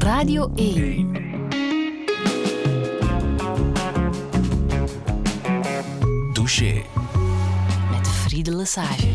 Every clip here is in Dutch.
Radio 1. Douché. Met Friede Lesage.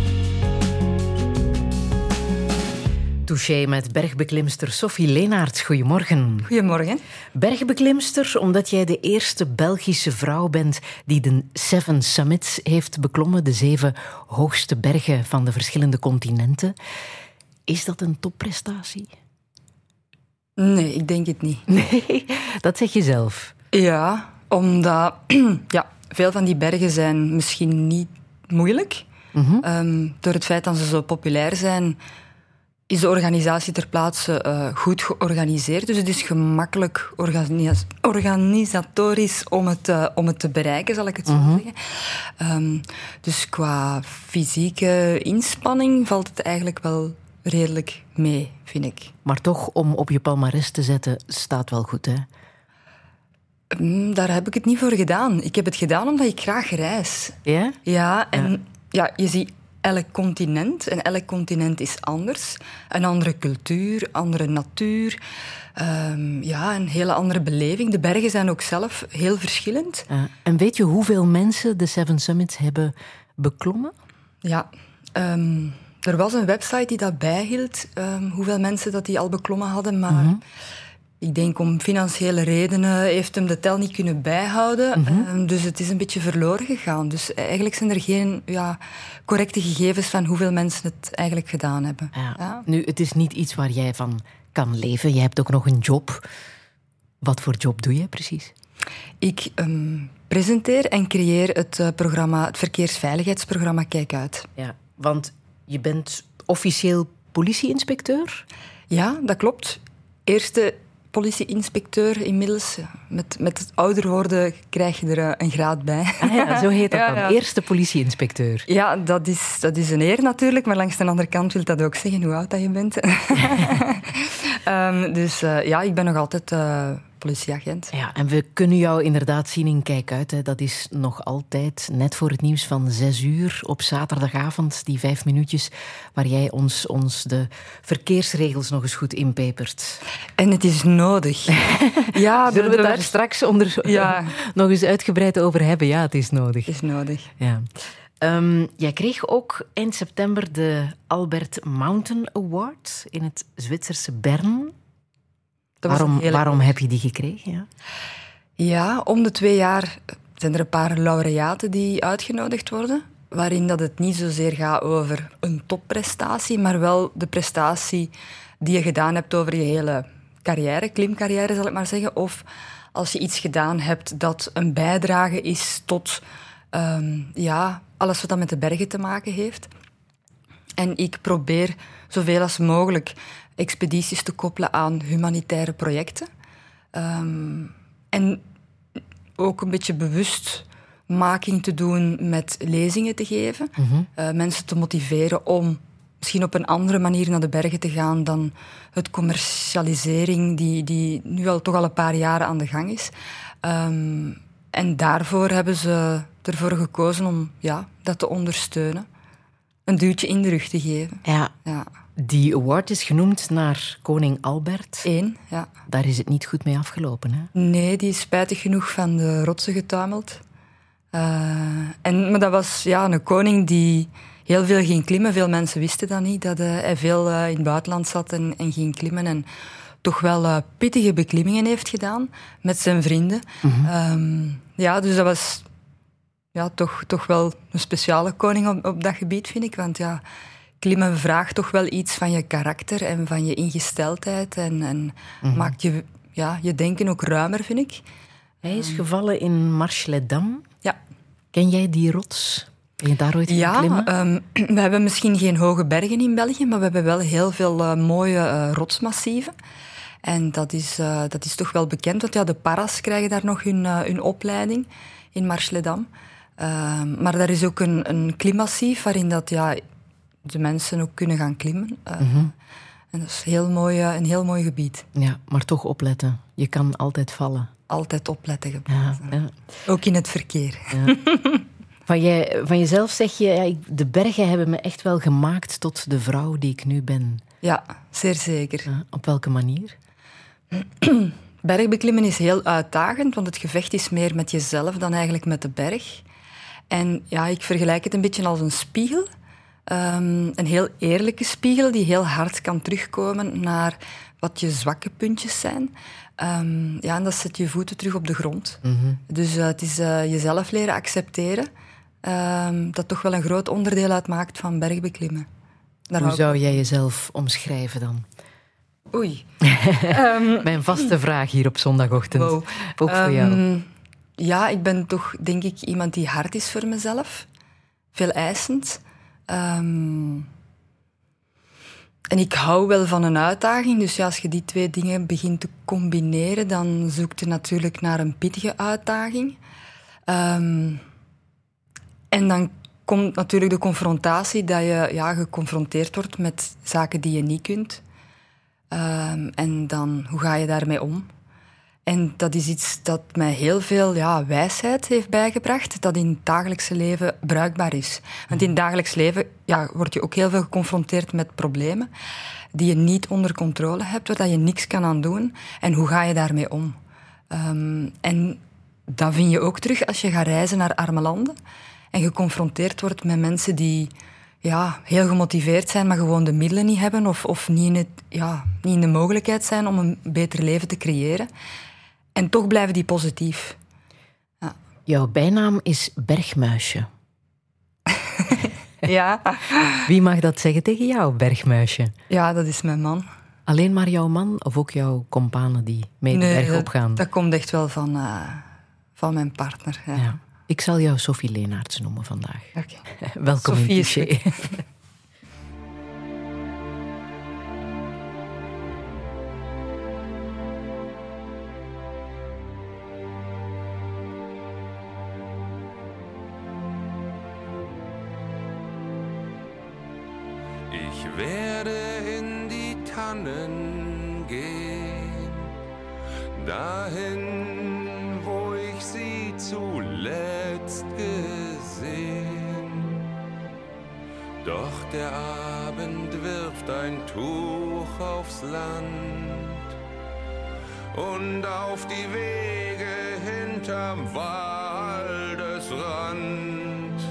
Touché met bergbeklimster Sophie Leenaerts. Goedemorgen. Goedemorgen. Bergbeklimster, omdat jij de eerste Belgische vrouw bent die de 7 Summits heeft beklommen, de 7 hoogste bergen van de verschillende continenten. Is dat een topprestatie? Nee, ik denk het niet. Nee, dat zeg je zelf. Ja, omdat veel van die bergen zijn misschien niet moeilijk. Door het feit dat ze zo populair zijn, is de organisatie ter plaatse goed georganiseerd. Dus het is gemakkelijk organisatorisch om het te bereiken, zal ik het zo zeggen. Dus qua fysieke inspanning valt het eigenlijk wel redelijk mee, vind ik. Maar toch, om op je palmares te zetten, staat wel goed, hè? Daar heb ik het niet voor gedaan. Ik heb het gedaan omdat ik graag reis. Ja? Ja, en je ziet elk continent. En elk continent is anders. Een andere cultuur, andere natuur. Een hele andere beleving. De bergen zijn ook zelf heel verschillend. En weet je hoeveel mensen de 7 Summits hebben beklommen? Ja, er was een website die dat bijhield, hoeveel mensen dat die al beklommen hadden, maar ik denk om financiële redenen heeft hem de tel niet kunnen bijhouden. Dus het is een beetje verloren gegaan. Dus eigenlijk zijn er geen correcte gegevens van hoeveel mensen het eigenlijk gedaan hebben. Ja. Nu, het is niet iets waar jij van kan leven. Je hebt ook nog een job. Wat voor job doe je precies? Ik presenteer en creëer het verkeersveiligheidsprogramma Kijk Uit. Ja, want je bent officieel politieinspecteur? Ja, dat klopt. Eerste politieinspecteur inmiddels. Met het ouder worden krijg je er een graad bij. Ah ja, zo heet dat dan. Ja. Eerste politieinspecteur. Ja, dat is een eer natuurlijk, maar langs de andere kant wil dat ook zeggen hoe oud dat je bent. Ik ben nog altijd politieagent. Ja, en we kunnen jou inderdaad zien in Kijk Uit. Hè. Dat is nog altijd net voor het nieuws van 6:00 op zaterdagavond. Die 5 minuutjes waar jij ons de verkeersregels nog eens goed inpepert. En het is nodig. Ja, zullen we het daar straks nog eens uitgebreid over hebben? Ja, het is nodig. Het is nodig. Ja. Jij kreeg ook eind september de Albert Mountain Award in het Zwitserse Bern. Waarom heb je die gekregen? Ja, om de 2 jaar zijn er een paar laureaten die uitgenodigd worden, waarin dat het niet zozeer gaat over een topprestatie, maar wel de prestatie die je gedaan hebt over je hele carrière, klimcarrière zal ik maar zeggen, of als je iets gedaan hebt dat een bijdrage is tot alles wat dat met de bergen te maken heeft. En ik probeer zoveel als mogelijk expedities te koppelen aan humanitaire projecten. En ook een beetje bewustmaking te doen met lezingen te geven. Mensen te motiveren om misschien op een andere manier naar de bergen te gaan dan het commercialisering die nu toch al een paar jaren aan de gang is. En daarvoor hebben ze ervoor gekozen om dat te ondersteunen. Een duwtje in de rug te geven. Ja. Die award is genoemd naar koning Albert. 1, ja. Daar is het niet goed mee afgelopen, hè? Nee, die is spijtig genoeg van de rotsen getuimeld. Maar dat was een koning die heel veel ging klimmen. Veel mensen wisten dat niet, dat hij veel in het buitenland zat en ging klimmen. En toch wel pittige beklimmingen heeft gedaan met zijn vrienden. Dus dat was toch wel een speciale koning op dat gebied, vind ik. Want klimmen vraagt toch wel iets van je karakter en van je ingesteldheid. En maakt je denken ook ruimer, vind ik. Hij is gevallen in Marche-les-Dames. Ja. Ken jij die rots? Ben je daar ooit gaan klimmen? We hebben misschien geen hoge bergen in België, maar we hebben wel heel veel mooie rotsmassieven. En dat is toch wel bekend, want de paras krijgen daar nog hun opleiding in Marche-les-Dames. Maar daar is ook een klimmassief waarin dat, de mensen ook kunnen gaan klimmen. En dat is een heel mooi gebied. Ja, maar toch opletten. Je kan altijd vallen. Altijd opletten. Ja. Ook in het verkeer. Ja. Van jezelf zeg je, de bergen hebben me echt wel gemaakt tot de vrouw die ik nu ben. Ja, zeer zeker. Op welke manier? Bergbeklimmen is heel uitdagend, want het gevecht is meer met jezelf dan eigenlijk met de berg. En ja, ik vergelijk het een beetje als een spiegel. Een heel eerlijke spiegel die heel hard kan terugkomen naar wat je zwakke puntjes zijn. Ja, en dat zet je voeten terug op de grond. Mm-hmm. Dus het is jezelf leren accepteren. Dat toch wel een groot onderdeel uitmaakt van bergbeklimmen. Hoe zou jij jezelf omschrijven dan? Oei. Mijn vaste vraag hier op zondagochtend. Wow. Ook voor jou. Ja, ik ben toch denk ik iemand die hard is voor mezelf. Veel eisend. En ik hou wel van een uitdaging. Dus ja, als je die twee dingen begint te combineren, dan zoek je natuurlijk naar een pittige uitdaging. En dan komt natuurlijk de confrontatie, dat je geconfronteerd wordt met zaken die je niet kunt. En dan, hoe ga je daarmee om? En dat is iets dat mij heel veel wijsheid heeft bijgebracht, dat in het dagelijkse leven bruikbaar is. Want in het dagelijks leven word je ook heel veel geconfronteerd met problemen die je niet onder controle hebt, waar je niks kan aan doen. En hoe ga je daarmee om? En dat vind je ook terug als je gaat reizen naar arme landen en geconfronteerd wordt met mensen die heel gemotiveerd zijn, maar gewoon de middelen niet hebben of niet in de mogelijkheid zijn om een beter leven te creëren. En toch blijven die positief. Ja. Jouw bijnaam is Bergmuisje. Ja. Wie mag dat zeggen tegen jou, Bergmuisje? Ja, dat is mijn man. Alleen maar jouw man of ook jouw companen die mee de berg opgaan? Dat komt echt wel van mijn partner. Ja. Ja. Ik zal jou Sophie Leenaerts noemen vandaag. Okay. Welkom Sophie in Touché. Ich werde in die Tannen gehen, dahin, wo ich sie zuletzt gesehen. Doch der Abend wirft ein Tuch aufs Land und auf die Wege hinterm Waldesrand.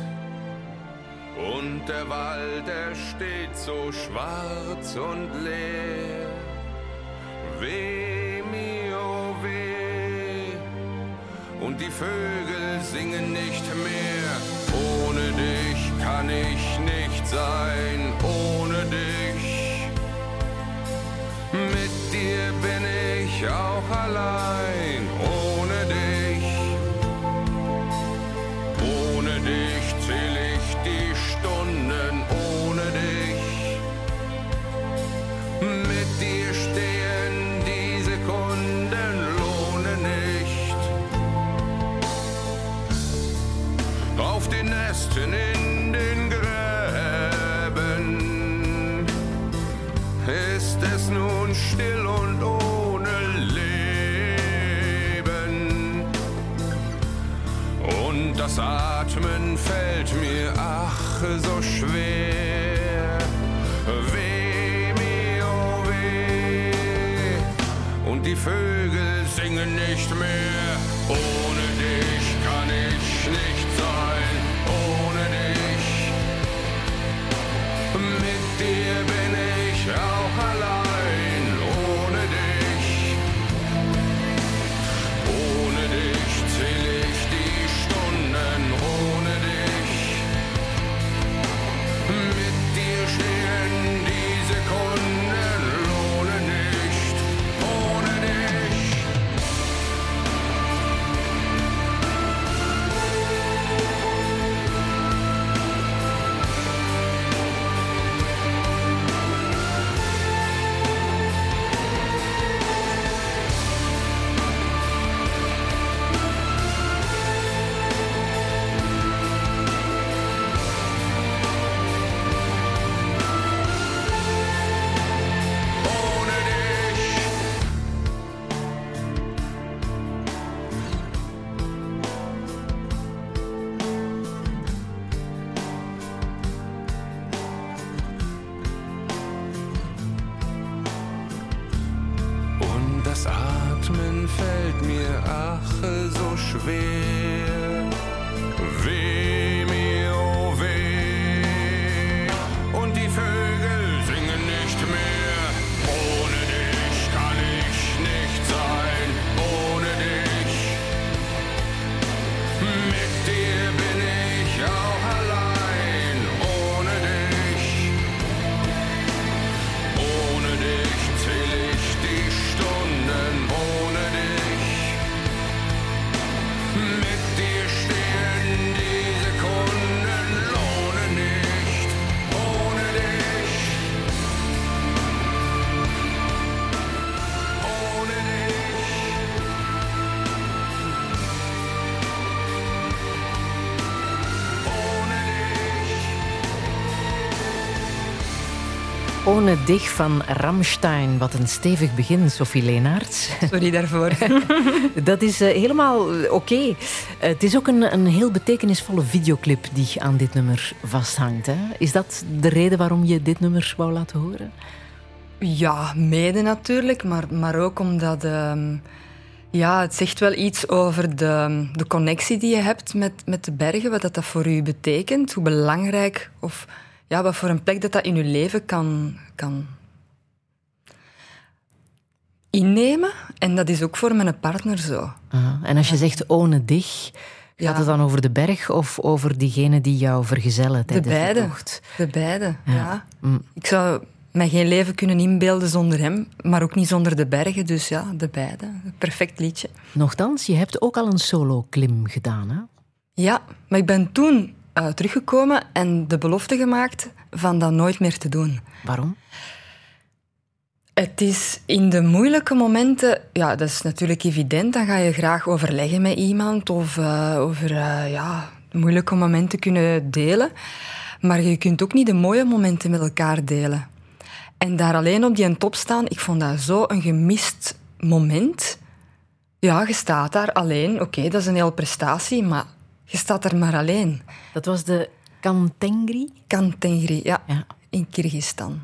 Und der Wald, er steht so schwarz und leer. Weh mir, oh weh. Und die Vögel singen nicht mehr. Ohne dich kann ich nicht sein, ohne dich. Mit dir bin ich auch allein, ohne dich. Ohne dich zähl ich die Stunden, ohne dich. Mit dir stehen die Sekunden, lohnen nicht. Auf den Nesten in den Gräben ist es nun still und ohne Leben. Und das Atmen fällt mir ach so schwer. Weh mir, oh weh. Und die Vögel singen nicht mehr. Ohne dich kann ich nicht sein, ohne dich. Mit dir bin ich auch allein, ohne dich. Ohne dich zähl ich die Stunden, ohne dich. Mit dir stehen die Sekunden, lohnen nicht, ohne dich. fällt mir ach so schwer. Weh mir, oh weh, und die Vögel singen nicht mehr. Ohne dich kann ich nicht sein, ohne dich. Mit dir bin ich auch allein, ohne dich. Ohne dich zähl ich die Stunden, ohne dich. Mit dir stehen die Sekunden, lohne nicht, ohne dich. Ohne dich. Ohne dich. Ohne dich van Rammstein. Wat een stevig begin, Sophie Leenaerts. Sorry daarvoor. Dat is helemaal oké. Het is ook een heel betekenisvolle videoclip die aan dit nummer vasthangt. Hè? Is dat de reden waarom je dit nummer wou laten horen? Ja, mede natuurlijk, maar ook omdat het zegt wel iets over de connectie die je hebt met de bergen, wat dat voor u betekent, hoe belangrijk of wat voor een plek dat in uw leven kan innemen. En dat is ook voor mijn partner zo. En als je zegt ohne dich, gaat het dan over de berg of over diegene die jou vergezellen tijdens de tocht? De beide, ja. Ik zou mij geen leven kunnen inbeelden zonder hem, maar ook niet zonder de bergen. Dus ja, de beide. Perfect liedje. Nochtans, je hebt ook al een solo-klim gedaan, hè? Ja, maar ik ben toen teruggekomen en de belofte gemaakt van dat nooit meer te doen. Waarom? Het is in de moeilijke momenten, ja, dat is natuurlijk evident, dan ga je graag overleggen met iemand of over de moeilijke momenten kunnen delen. Maar je kunt ook niet de mooie momenten met elkaar delen. En daar alleen op die top staan, ik vond dat zo een gemist moment. Ja, je staat daar alleen. Oké, dat is een hele prestatie, maar je staat er maar alleen. Dat was de Kantengri? Kantengri, ja. In Kyrgyzstan.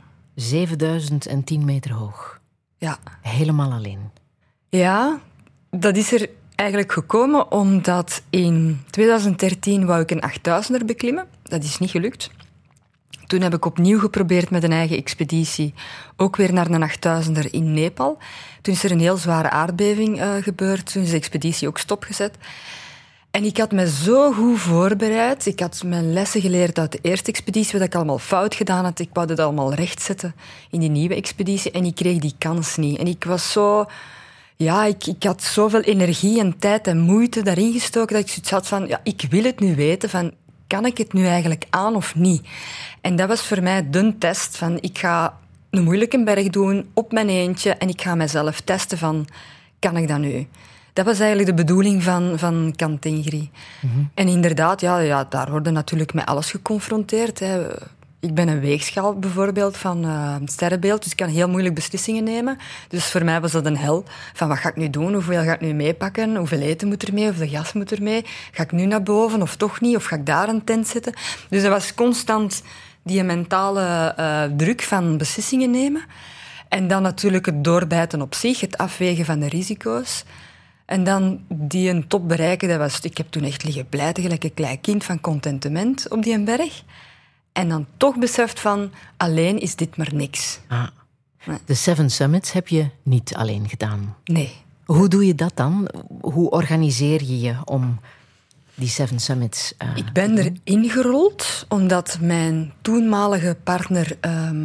7010 meter hoog. Ja. Helemaal alleen. Ja, dat is er eigenlijk gekomen omdat in 2013 wou ik een 8000er beklimmen. Dat is niet gelukt. Toen heb ik opnieuw geprobeerd met een eigen expeditie. Ook weer naar een 8000er in Nepal. Toen is er een heel zware aardbeving gebeurd. Toen is de expeditie ook stopgezet. En ik had me zo goed voorbereid. Ik had mijn lessen geleerd uit de eerste expeditie, wat ik allemaal fout gedaan had. Ik wou het allemaal rechtzetten in die nieuwe expeditie. En ik kreeg die kans niet. En ik was zo... Ja, ik had zoveel energie en tijd en moeite daarin gestoken dat ik zoiets had van... Ja, ik wil het nu weten, van... Kan ik het nu eigenlijk aan of niet? En dat was voor mij de test van... Ik ga een moeilijke berg doen op mijn eentje en ik ga mezelf testen van... Kan ik dat nu? Dat was eigenlijk de bedoeling van Kantengri. Mm-hmm. En inderdaad, ja, daar worden natuurlijk met alles geconfronteerd. Hè. Ik ben een weegschaal bijvoorbeeld van sterrenbeeld, dus ik kan heel moeilijk beslissingen nemen. Dus voor mij was dat een hel. Van wat ga ik nu doen? Hoeveel ga ik nu meepakken? Hoeveel eten moet er mee? Hoeveel gas moet er mee? Ga ik nu naar boven of toch niet? Of ga ik daar een tent zetten? Dus dat was constant die mentale druk van beslissingen nemen. En dan natuurlijk het doorbijten op zich, het afwegen van de risico's. En dan die een top bereiken, dat was... Ik heb toen echt liggen blijten, gelijk een klein kind van contentement op die berg. En dan toch beseft van, alleen is dit maar niks. Nee. De 7 Summits heb je niet alleen gedaan. Nee. Hoe doe je dat dan? Hoe organiseer je je om die 7 Summits Ik ben erin gerold, omdat mijn toenmalige partner...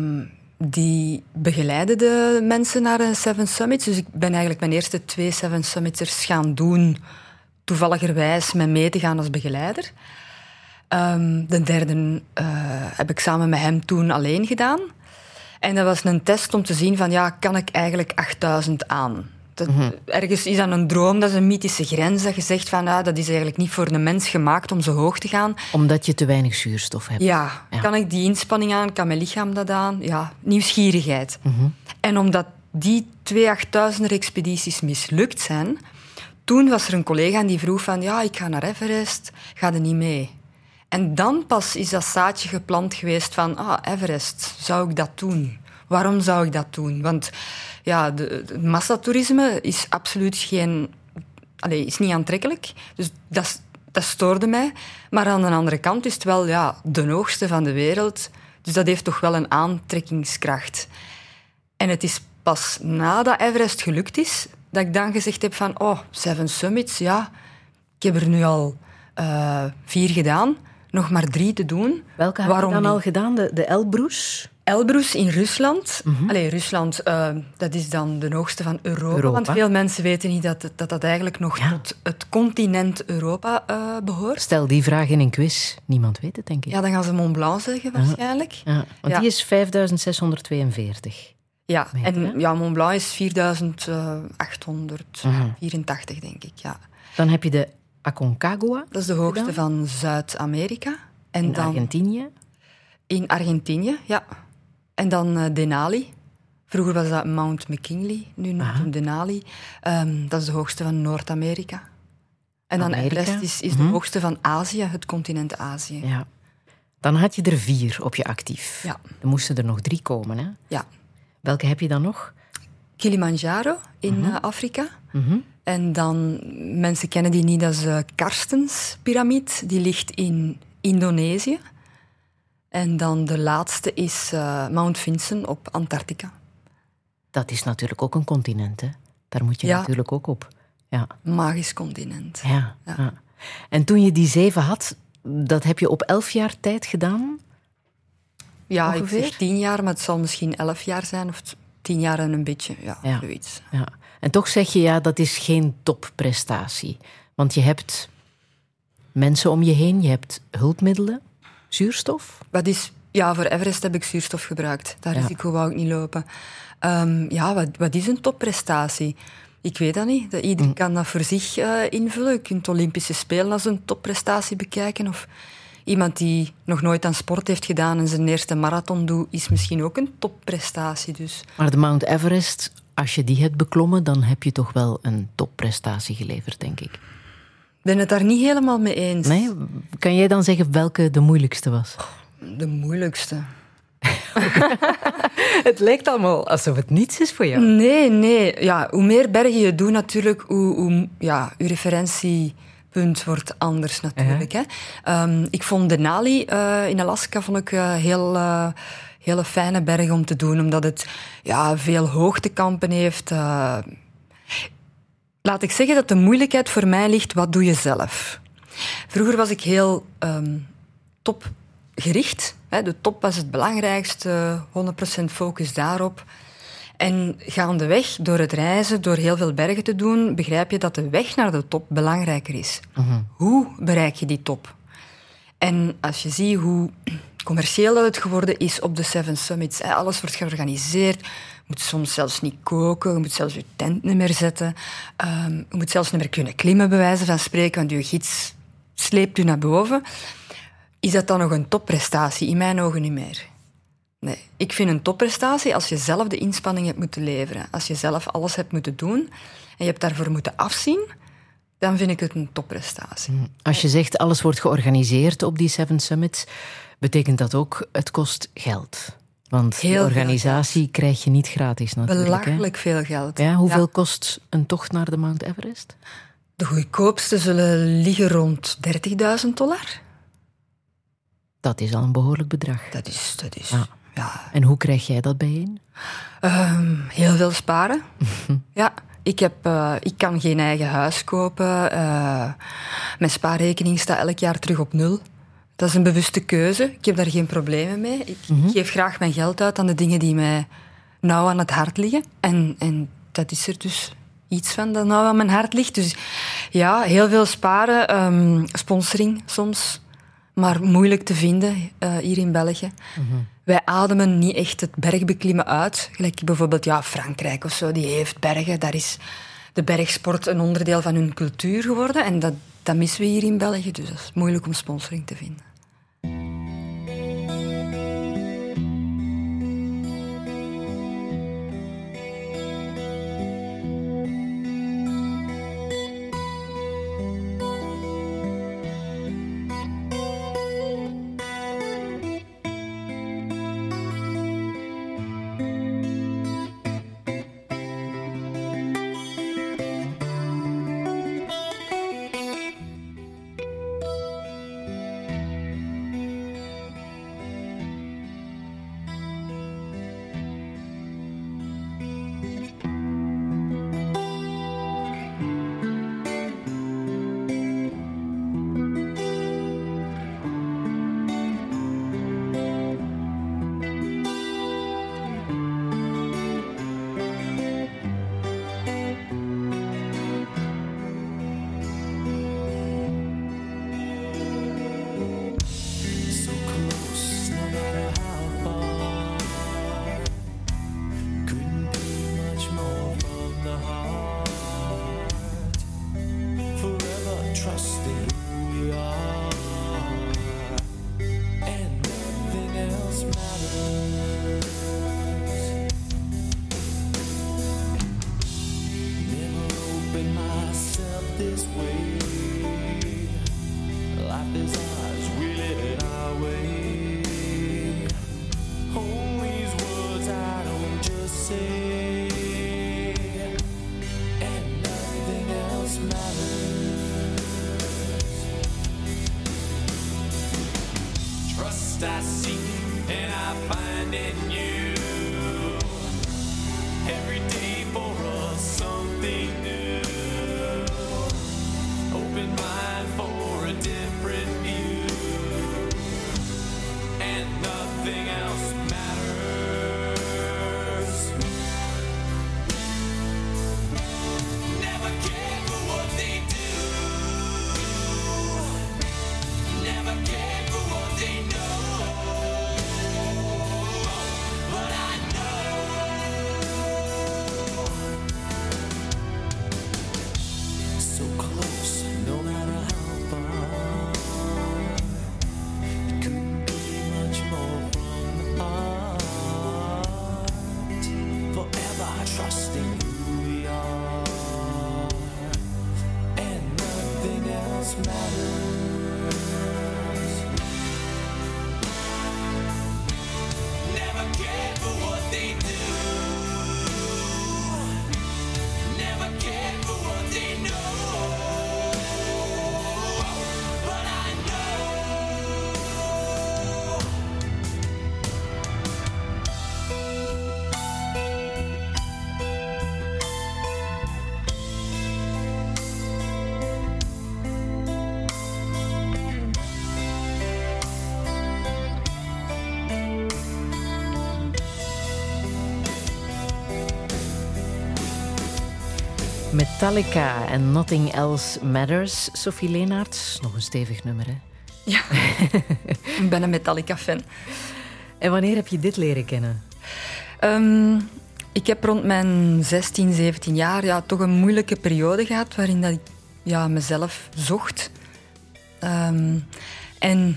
die begeleidde de mensen naar een 7 Summits. Dus ik ben eigenlijk mijn eerste 2 7 Summiters gaan doen, toevalligerwijs met mee te gaan als begeleider. De derde heb ik samen met hem toen alleen gedaan. En dat was een test om te zien van, ja, kan ik eigenlijk 8000 aan? Ergens is dat een droom, dat is een mythische grens, dat je zegt van, dat is eigenlijk niet voor een mens gemaakt om zo hoog te gaan. Omdat je te weinig zuurstof hebt. Ja. Kan ik die inspanning aan, kan mijn lichaam dat aan? Ja, nieuwsgierigheid. Mm-hmm. En omdat die 2 8000er-expedities mislukt zijn, toen was er een collega die vroeg van, ja, ik ga naar Everest, ga er niet mee? En dan pas is dat zaadje geplant geweest van, Everest, zou ik dat doen? Waarom zou ik dat doen? Want ja, de massatoerisme is absoluut is niet aantrekkelijk. Dus dat stoorde mij. Maar aan de andere kant is het wel de hoogste van de wereld. Dus dat heeft toch wel een aantrekkingskracht. En het is pas nadat Everest gelukt is, dat ik dan gezegd heb van 7 summits, ik heb er nu al 4 gedaan, nog maar 3 te doen. Welke heb je dan al gedaan? De Elbrus? Elbrus in Rusland. Rusland, dat is dan de hoogste van Europa. Want veel mensen weten niet dat eigenlijk nog tot het continent Europa behoort. Stel die vraag in een quiz. Niemand weet het, denk ik. Ja, dan gaan ze Mont Blanc zeggen, waarschijnlijk. Ja, want die is 5642. Ja, meter, en Mont Blanc is 4884, denk ik. Ja. Dan heb je de Aconcagua. Dat is de hoogste van Zuid-Amerika. In Argentinië? In Argentinië, ja. En dan Denali. Vroeger was dat Mount McKinley, nu noemt hem Denali. Dat is de hoogste van Noord-Amerika. En dan Everest is de hoogste van Azië, het continent Azië. Ja. Dan had je er 4 op je actief. Ja. Er moesten er nog 3 komen, hè? Ja. Welke heb je dan nog? Kilimanjaro in Afrika. En dan, mensen kennen die niet, dat is de Karstenspyramied. Die ligt in Indonesië. En dan de laatste is Mount Vinson op Antarctica. Dat is natuurlijk ook een continent, hè? Daar moet je natuurlijk ook op. Ja. Magisch continent. Ja. En toen je die 7 had, dat heb je op 11 jaar tijd gedaan? Ja, ongeveer? Ik zeg 10 jaar, maar het zal misschien 11 jaar zijn. Of 10 jaar en een beetje, zoiets. Ja. En toch zeg je, dat is geen topprestatie. Want je hebt mensen om je heen, je hebt hulpmiddelen, zuurstof. Voor Everest heb ik zuurstof gebruikt. Dat risico wou ik niet lopen. Wat is een topprestatie? Ik weet dat niet. Iedereen kan dat voor zich invullen. Je kunt Olympische Spelen als een topprestatie bekijken. Of iemand die nog nooit aan sport heeft gedaan en zijn eerste marathon doet, is misschien ook een topprestatie. Dus. Maar de Mount Everest, als je die hebt beklommen, dan heb je toch wel een topprestatie geleverd, denk ik. Ik ben het daar niet helemaal mee eens. Nee? Kan jij dan zeggen welke de moeilijkste was? De moeilijkste. Het lijkt allemaal alsof het niets is voor jou. Nee. Ja, hoe meer bergen je doet natuurlijk, hoe je referentiepunt wordt anders natuurlijk. Hè. Ik vond Denali in Alaska hele fijne berg om te doen, omdat het veel hoogtekampen heeft. Laat ik zeggen dat de moeilijkheid voor mij ligt, wat doe je zelf? Vroeger was ik heel topgericht. De top was het belangrijkste, 100% focus daarop. En gaandeweg, door het reizen, door heel veel bergen te doen, begrijp je dat de weg naar de top belangrijker is. Hoe bereik je die top? En als je ziet hoe commercieel dat het geworden is op de 7 Summits, alles wordt georganiseerd, je moet soms zelfs niet koken, je moet zelfs je tent niet meer zetten, je moet zelfs niet meer kunnen klimmen, bij wijze van spreken, want je gids sleept u naar boven. Is dat dan nog een topprestatie? In mijn ogen niet meer. Nee, ik vind een topprestatie als je zelf de inspanning hebt moeten leveren. Als je zelf alles hebt moeten doen en je hebt daarvoor moeten afzien, dan vind ik het een topprestatie. Als je zegt alles wordt georganiseerd op die 7 Summits, betekent dat ook het kost geld? Want de organisatie krijg je niet gratis natuurlijk. Belachelijk veel geld. Ja, hoeveel kost een tocht naar de Mount Everest? De goedkoopste zullen liggen rond $30.000. Dat is al een behoorlijk bedrag. Dat is. Ja. En hoe krijg jij dat bijeen? Heel veel sparen. Ja. Ik kan geen eigen huis kopen. Mijn spaarrekening staat elk jaar terug op 0. Dat is een bewuste keuze. Ik heb daar geen problemen mee. Ik geef graag mijn geld uit aan de dingen die mij nauw aan het hart liggen. En dat is er dus iets van dat nauw aan mijn hart ligt. Dus ja, heel veel sparen. Sponsoring soms. Maar moeilijk te vinden hier in België. Wij ademen niet echt het bergbeklimmen uit. Gelijk bijvoorbeeld Frankrijk of zo, die heeft bergen. Daar is de bergsport een onderdeel van hun cultuur geworden. En dat missen we hier in België. Dus dat is moeilijk om sponsoring te vinden. proving myself this way. Life is ours, we live it our way. All these words I don't just say, and nothing else matters. Trust I seek and I find in you. Every day for us something new. Open mind for a different view, and nothing else matters. Never care for what they do. Never care for what they know. But I so close, no matter how far. It couldn't be much more from the heart. Forever trusting who we are, and nothing else matters. Never care for what they do. Never care for what they know. But I Metallica en Nothing Else Matters. Sophie Leenaerts, nog een stevig nummer, hè? Ja, ik ben een Metallica-fan. En wanneer heb je dit leren kennen? Ik heb rond mijn 16, 17 jaar toch een moeilijke periode gehad waarin dat ik mezelf zocht. En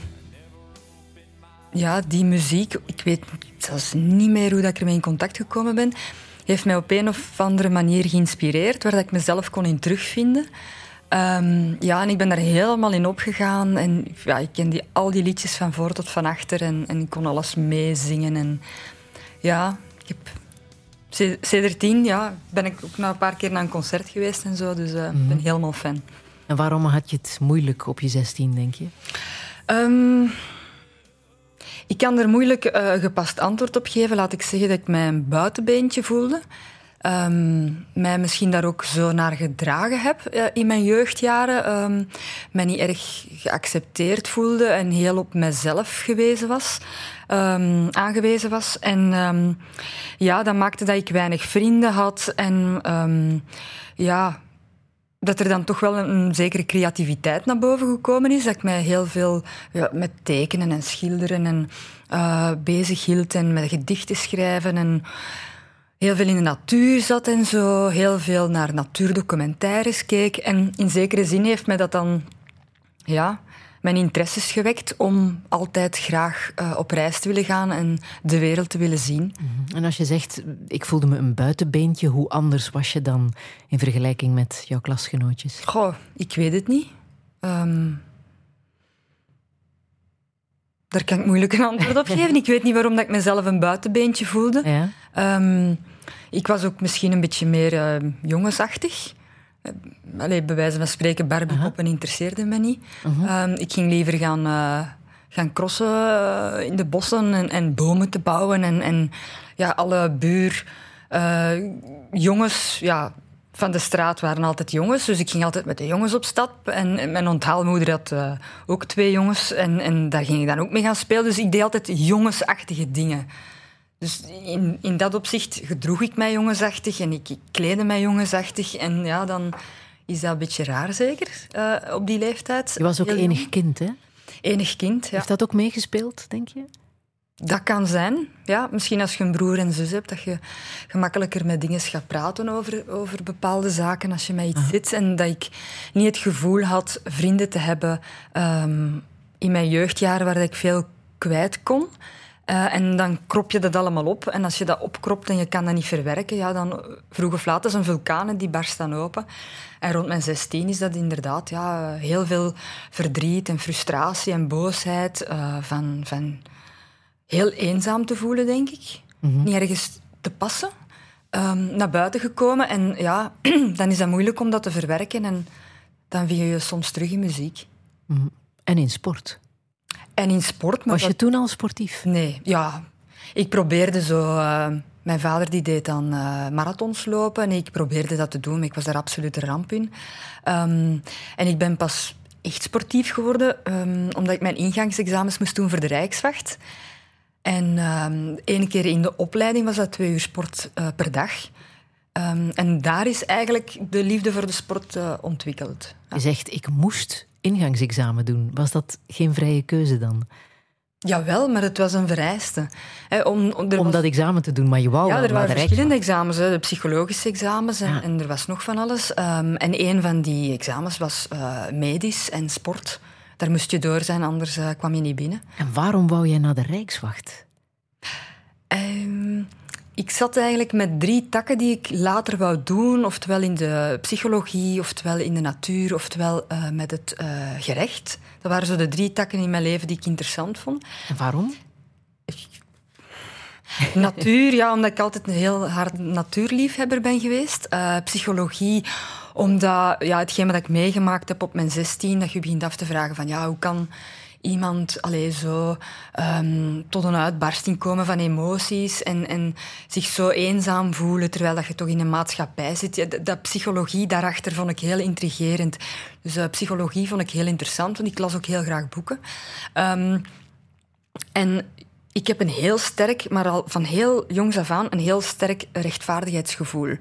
die muziek, ik weet zelfs niet meer hoe dat ik ermee in contact gekomen ben, heeft mij op een of andere manier geïnspireerd, waar dat ik mezelf kon in terugvinden. En ik ben daar helemaal in opgegaan. En ik ken al die liedjes van voor tot van achter. En ik kon alles meezingen. En ik heb sindsdien ben ik ook een paar keer naar een concert geweest en zo. Dus ik ben helemaal fan. En waarom had je het moeilijk op je 16, denk je? Ik kan er moeilijk gepast antwoord op geven. Laat ik zeggen dat ik mij een buitenbeentje voelde. Mij misschien daar ook zo naar gedragen heb in mijn jeugdjaren. Mij niet erg geaccepteerd voelde en heel op mezelf aangewezen was. En dat maakte dat ik weinig vrienden had. En dat er dan toch wel een zekere creativiteit naar boven gekomen is. Dat ik mij heel veel met tekenen en schilderen en bezig hield en met gedichten schrijven en heel veel in de natuur zat en zo. Heel veel naar natuurdocumentaires keek. En in zekere zin heeft mij dat dan mijn interesses gewekt om altijd graag op reis te willen gaan en de wereld te willen zien. En als je zegt, ik voelde me een buitenbeentje, hoe anders was je dan in vergelijking met jouw klasgenootjes? Goh, ik weet het niet. Daar kan ik moeilijk een antwoord op geven. Ik weet niet waarom dat ik mezelf een buitenbeentje voelde. Ja? Ik was ook misschien een beetje meer jongensachtig. Bij wijze van spreken, Barbiepoppen interesseerden me niet. Ik ging liever gaan crossen in de bossen en bomen te bouwen. En alle jongens van de straat waren altijd jongens. Dus ik ging altijd met de jongens op stap. En mijn onthaalmoeder had ook 2 jongens. En daar ging ik dan ook mee gaan spelen. Dus ik deed altijd jongensachtige dingen. Dus in dat opzicht gedroeg ik mij jongensachtig en ik kleedde mij jongensachtig. En dan is dat een beetje raar, zeker, op die leeftijd. Je was ook enig kind, hè? Enig kind, ja. Heeft dat ook meegespeeld, denk je? Dat kan zijn, ja. Misschien als je een broer en zus hebt, dat je gemakkelijker met dingen gaat praten over bepaalde zaken als je met iets zit. En dat ik niet het gevoel had vrienden te hebben in mijn jeugdjaren waar ik veel kwijt kon. En dan krop je dat allemaal op. En als je dat opkropt en je kan dat niet verwerken, ja, dan vroeg of laat is een vulkaan en die barst dan open. En rond mijn 16 is dat inderdaad heel veel verdriet en frustratie en boosheid. Van heel eenzaam te voelen, denk ik. Niet ergens te passen. Naar buiten gekomen. En ja, dan is dat moeilijk om dat te verwerken. En dan vind je je soms terug in muziek. En in sport? En in sport. Maar Was je toen al sportief? Nee, ja. Ik probeerde zo... mijn vader die deed dan marathons lopen en ik probeerde dat te doen, maar ik was daar absoluut een ramp in. En ik ben pas echt sportief geworden omdat ik mijn ingangsexamens moest doen voor de Rijkswacht. En 1 keer in de opleiding was dat 2 uur sport per dag. En daar is eigenlijk de liefde voor de sport ontwikkeld. Je zegt, ik moest ingangsexamen doen. Was dat geen vrije keuze dan? Jawel, maar het was een vereiste. Om dat examen te doen, maar je wou wel naar de er waren Rijkswacht. verschillende examens, de psychologische examens en er was nog van alles. En 1 van die examens was medisch en sport. Daar moest je door zijn, anders kwam je niet binnen. En waarom wou jij naar de Rijkswacht? Ik zat eigenlijk met 3 takken die ik later wou doen. Oftewel in de psychologie, oftewel in de natuur, oftewel met het gerecht. Dat waren zo de 3 takken in mijn leven die ik interessant vond. En waarom? Natuur, ja, omdat ik altijd een heel hard natuurliefhebber ben geweest. Psychologie, omdat hetgeen wat ik meegemaakt heb op mijn 16, dat je begint af te vragen van hoe kan iemand zo tot een uitbarsting komen van emoties en zich zo eenzaam voelen terwijl dat je toch in een maatschappij zit. Dat psychologie daarachter vond ik heel intrigerend. Dus psychologie vond ik heel interessant, want ik las ook heel graag boeken. En ik heb een heel sterk, maar al van heel jongs af aan, een heel sterk rechtvaardigheidsgevoel.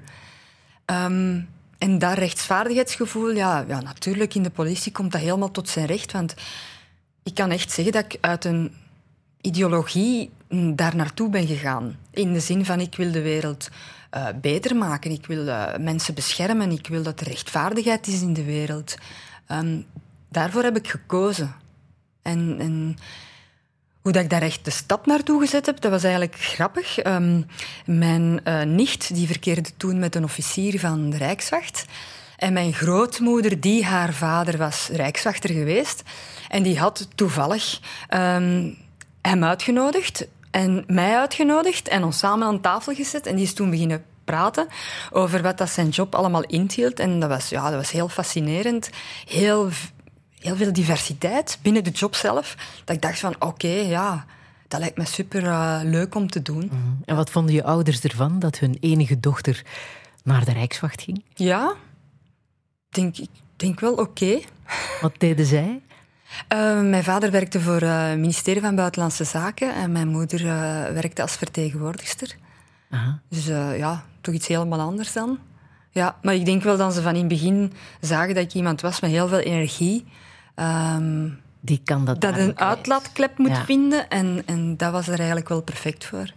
En dat rechtsvaardigheidsgevoel, natuurlijk in de politie komt dat helemaal tot zijn recht, want ik kan echt zeggen dat ik uit een ideologie daar naartoe ben gegaan. In de zin van, ik wil de wereld beter maken, ik wil mensen beschermen, ik wil dat er rechtvaardigheid is in de wereld. Daarvoor heb ik gekozen. En hoe dat ik daar echt de stap naartoe gezet heb, dat was eigenlijk grappig. Mijn nicht die verkeerde toen met een officier van de Rijkswacht. En mijn grootmoeder, die haar vader was rijkswachter geweest. En die had toevallig hem uitgenodigd en mij uitgenodigd en ons samen aan tafel gezet. En die is toen beginnen praten over wat dat zijn job allemaal inhield. En dat was heel fascinerend. Heel veel diversiteit binnen de job zelf. Dat ik dacht van, dat lijkt me super leuk om te doen. En wat vonden je ouders ervan, dat hun enige dochter naar de Rijkswacht ging? Ja, ik denk wel oké. Wat deden zij? Mijn vader werkte voor het ministerie van Buitenlandse Zaken en mijn moeder werkte als vertegenwoordigster. Aha. Dus toch iets helemaal anders dan. Ja, maar ik denk wel dat ze van in het begin zagen dat ik iemand was met heel veel energie. Die kan dat een uitlaatklep moet vinden en dat was er eigenlijk wel perfect voor.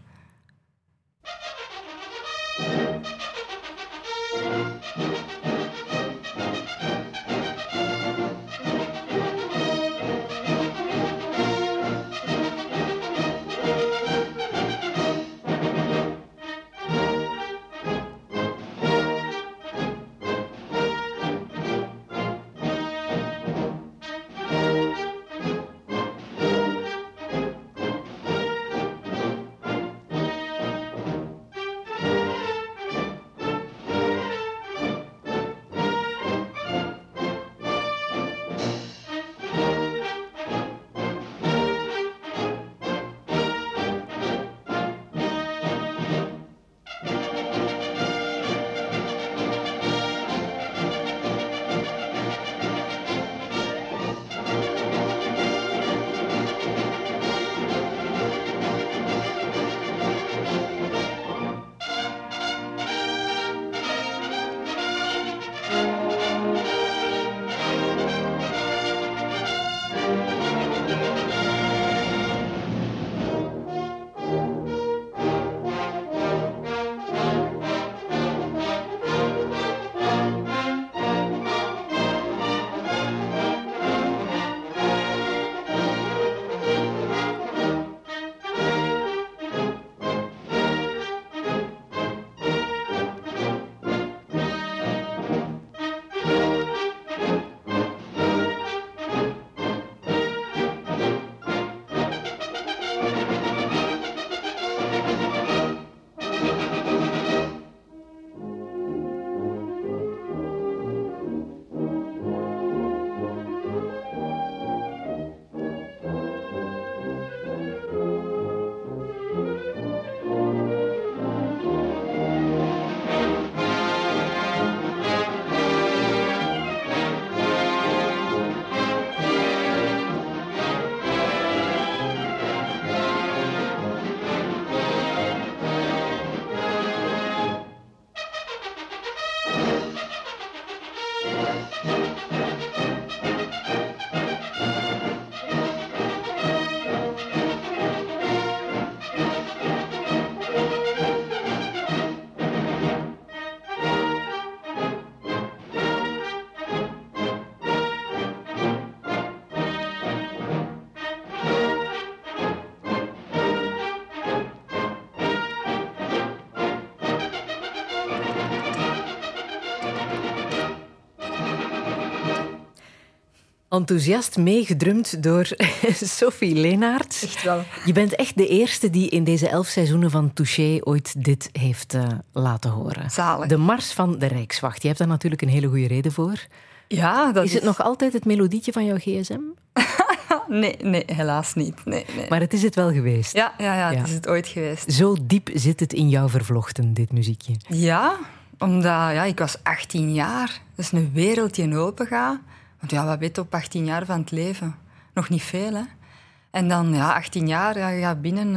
Enthousiast meegedrumd door Sophie Leenaerts. Echt wel. Je bent echt de eerste die in deze 11 seizoenen van Touché ooit dit heeft laten horen. Zalig. De Mars van de Rijkswacht. Je hebt daar natuurlijk een hele goede reden voor. Ja, dat Is het nog altijd het melodietje van jouw gsm? Nee, helaas niet. Nee. Maar het is het wel geweest. Ja, het is het ooit geweest. Zo diep zit het in jou vervlochten, dit muziekje. Ja, omdat ik was 18 jaar. Dat is een wereld die open gaat. Want wat weet je op 18 jaar van het leven? Nog niet veel, hè? En dan, 18 jaar, je gaat binnen...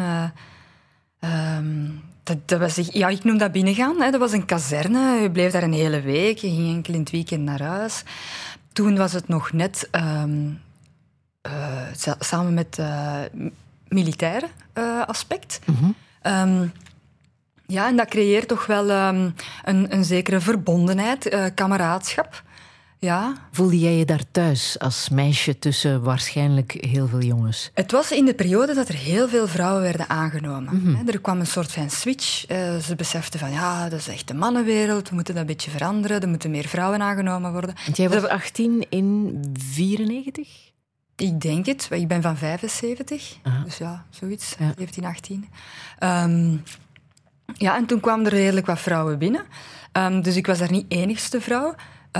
dat was, ik noem dat binnengaan. Hè. Dat was een kazerne. Je bleef daar een hele week. Je ging enkel in het weekend naar huis. Toen was het nog net... samen met militaire aspect. Mhm. En dat creëert toch wel een zekere verbondenheid, kameraadschap. Ja. Voelde jij je daar thuis als meisje tussen waarschijnlijk heel veel jongens? Het was in de periode dat er heel veel vrouwen werden aangenomen. Er kwam een soort van switch. Ze beseften van, dat is echt de mannenwereld, we moeten dat een beetje veranderen, er moeten meer vrouwen aangenomen worden. Want jij was 18 in 94? Ik denk het. Ik ben van 75. Aha. Dus zoiets. Ja. 17, 18. En toen kwamen er redelijk wat vrouwen binnen. Dus ik was daar niet enigste vrouw.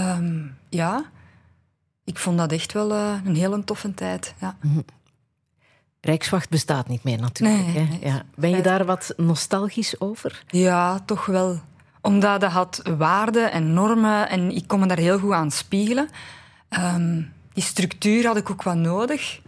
Ik vond dat echt wel een hele toffe tijd. Ja. Rijkswacht bestaat niet meer natuurlijk. Nee, hè? Ja. Ben je daar wat nostalgisch over? Ja, toch wel. Omdat dat had waarden en normen en ik kon me daar heel goed aan spiegelen. Die structuur had ik ook wat nodig.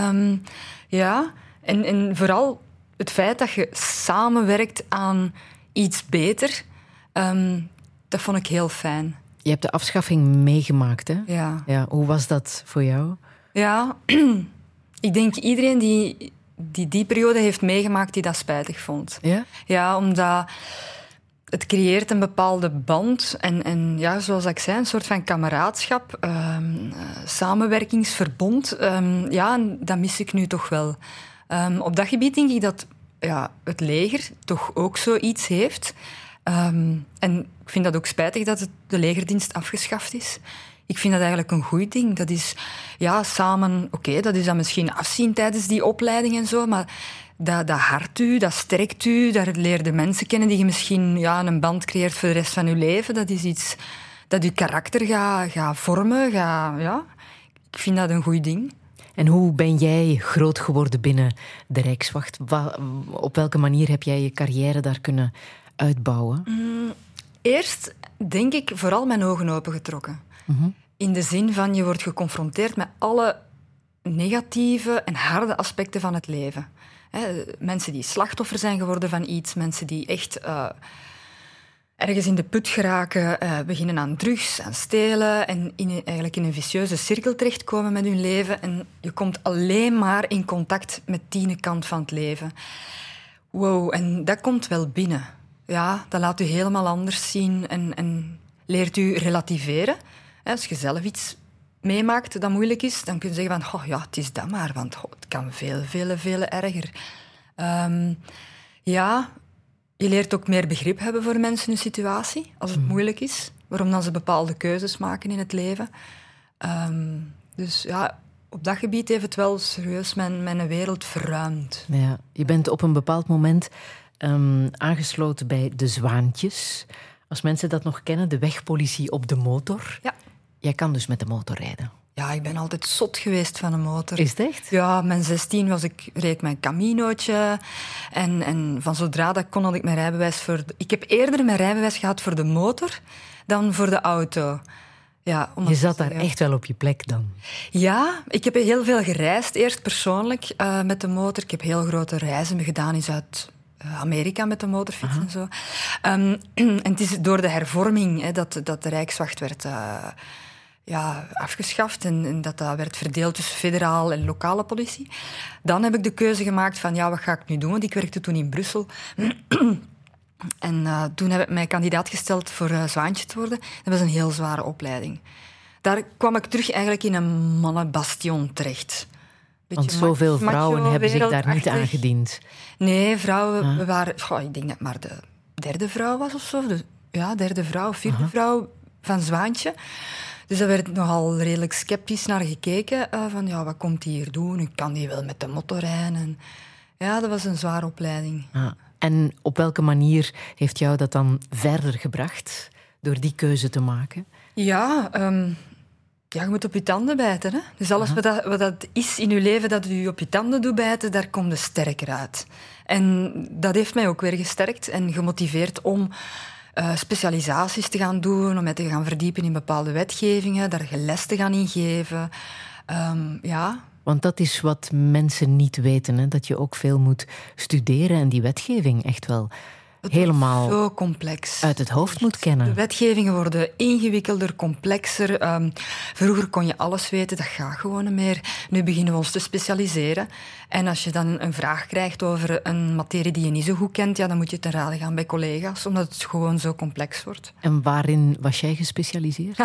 En vooral het feit dat je samenwerkt aan iets beter, dat vond ik heel fijn. Je hebt de afschaffing meegemaakt, hè? Ja. Hoe was dat voor jou? Ja, ik denk iedereen die periode heeft meegemaakt, die dat spijtig vond. Ja? Ja, omdat het creëert een bepaalde band en zoals ik zei, een soort van kameraadschap, samenwerkingsverbond. En dat mis ik nu toch wel. Op dat gebied denk ik dat het leger toch ook zoiets heeft. En ik vind dat ook spijtig dat de legerdienst afgeschaft is. Ik vind dat eigenlijk een goed ding. Dat is samen... Oké, dat is dan misschien afzien tijdens die opleiding en zo, maar dat hardt u, dat sterkt u, daar leer je mensen kennen die je misschien een band creëert voor de rest van je leven. Dat is iets dat je karakter gaat vormen. Ik vind dat een goed ding. En hoe ben jij groot geworden binnen de Rijkswacht? Op welke manier heb jij je carrière daar kunnen uitbouwen? Eerst denk ik vooral mijn ogen opengetrokken. In de zin van, je wordt geconfronteerd met alle negatieve en harde aspecten van het leven. Mensen die slachtoffer zijn geworden van iets, mensen die echt ergens in de put geraken, beginnen aan drugs, aan stelen en eigenlijk in een vicieuze cirkel terechtkomen met hun leven. En je komt alleen maar in contact met die kant van het leven. Wow, en dat komt wel binnen. Ja, dat laat u helemaal anders zien en leert u relativeren. Als je zelf iets meemaakt dat moeilijk is, dan kun je zeggen van, het is dat maar, want het kan veel erger. Je leert ook meer begrip hebben voor mensen in een situatie, als het moeilijk is, waarom dan ze bepaalde keuzes maken in het leven. Op dat gebied heeft het wel serieus mijn wereld verruimd. Ja, je bent op een bepaald moment aangesloten bij de Zwaantjes. Als mensen dat nog kennen, de wegpolitie op de motor. Ja. Jij kan dus met de motor rijden. Ja, ik ben altijd zot geweest van een motor. Is het echt? Ja, mijn 16 reed mijn Caminootje. En van zodra dat kon, had ik mijn rijbewijs Ik heb eerder mijn rijbewijs gehad voor de motor dan voor de auto. Ja, je zat daar echt wel op je plek dan? Ja, ik heb heel veel gereisd. Eerst persoonlijk met de motor. Ik heb heel grote reizen gedaan in Zuid-Amerika met de motorfiets en zo. En het is door de hervorming dat de Rijkswacht werd afgeschaft en dat werd verdeeld tussen federaal en lokale politie. Dan heb ik de keuze gemaakt van, wat ga ik nu doen? Want ik werkte toen in Brussel. En toen heb ik mij kandidaat gesteld voor Zwaantje te worden. Dat was een heel zware opleiding. Daar kwam ik terug eigenlijk in een mannenbastion terecht. Want zoveel vrouwen hebben zich daar niet aangediend. Nee, vrouwen, we waren... ik denk dat het maar de derde vrouw was of zo. Derde vrouw, vierde vrouw van Zwaantje. Dus daar werd nogal redelijk sceptisch naar gekeken. Van, ja, wat komt hij hier doen? Kan hij wel met de motor rijden? En, ja, dat was een zware opleiding. Ah, en op welke manier heeft jou dat dan verder gebracht, door die keuze te maken? Ja, je moet op je tanden bijten. Hè? Dus alles wat dat is in je leven dat je op je tanden doet bijten, daar kom je sterker uit. En dat heeft mij ook weer gesterkt en gemotiveerd om specialisaties te gaan doen, om mij te gaan verdiepen in bepaalde wetgevingen, daar les te gaan ingeven. Ja. Want dat is wat mensen niet weten, hè? Dat je ook veel moet studeren en die wetgeving echt wel helemaal zo complex uit het hoofd moet kennen. De wetgevingen worden ingewikkelder, complexer. Vroeger kon je alles weten, dat gaat gewoon niet meer. Nu beginnen we ons te specialiseren. En als je dan een vraag krijgt over een materie die je niet zo goed kent, ja, dan moet je ten rade gaan bij collega's, omdat het gewoon zo complex wordt. En waarin was jij gespecialiseerd?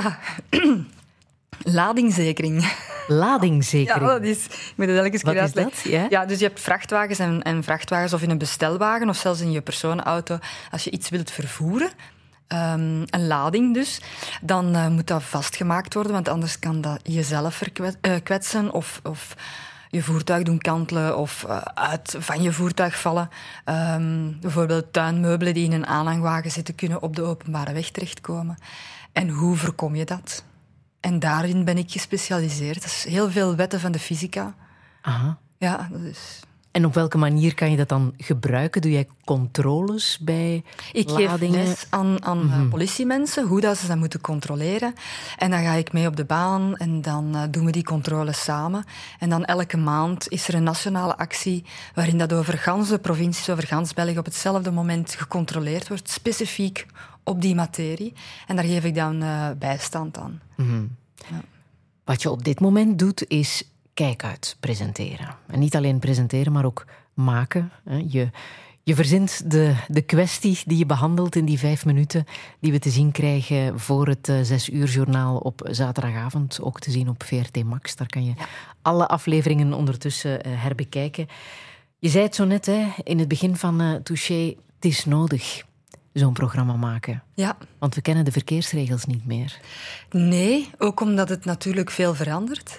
Ladingzekering. Ladingzekering? Ja, dat is... Ik moet het elke keer uitleggen. Wat is dat? Ja, dus je hebt vrachtwagens en vrachtwagens, of in een bestelwagen, of zelfs in je personenauto. Als je iets wilt vervoeren, een lading dus, dan moet dat vastgemaakt worden, want anders kan dat jezelf kwetsen of je voertuig doen kantelen of van je voertuig vallen. Bijvoorbeeld tuinmeubelen die in een aanhangwagen zitten, kunnen op de openbare weg terechtkomen. En hoe voorkom je dat? En daarin ben ik gespecialiseerd. Dat is heel veel wetten van de fysica. Aha. Ja, dat is... En op welke manier kan je dat dan gebruiken? Doe jij controles bij ladingen? Ik geef les aan politiemensen, hoe dat ze dat moeten controleren. En dan ga ik mee op de baan en dan doen we die controles samen. En dan elke maand is er een nationale actie waarin dat over gans de provincies, over gans België op hetzelfde moment gecontroleerd wordt, specifiek op die materie. En daar geef ik dan bijstand aan. Mm-hmm. Ja. Wat je op dit moment doet, is Kijkuit presenteren. En niet alleen presenteren, maar ook maken. Je verzint de kwestie die je behandelt in die 5 minuten die we te zien krijgen voor het 6-uur-journaal op zaterdagavond. Ook te zien op VRT Max. Daar kan je alle afleveringen ondertussen herbekijken. Je zei het zo net in het begin van Touché, het is nodig zo'n programma maken. Ja. Want we kennen de verkeersregels niet meer. Nee, ook omdat het natuurlijk veel verandert.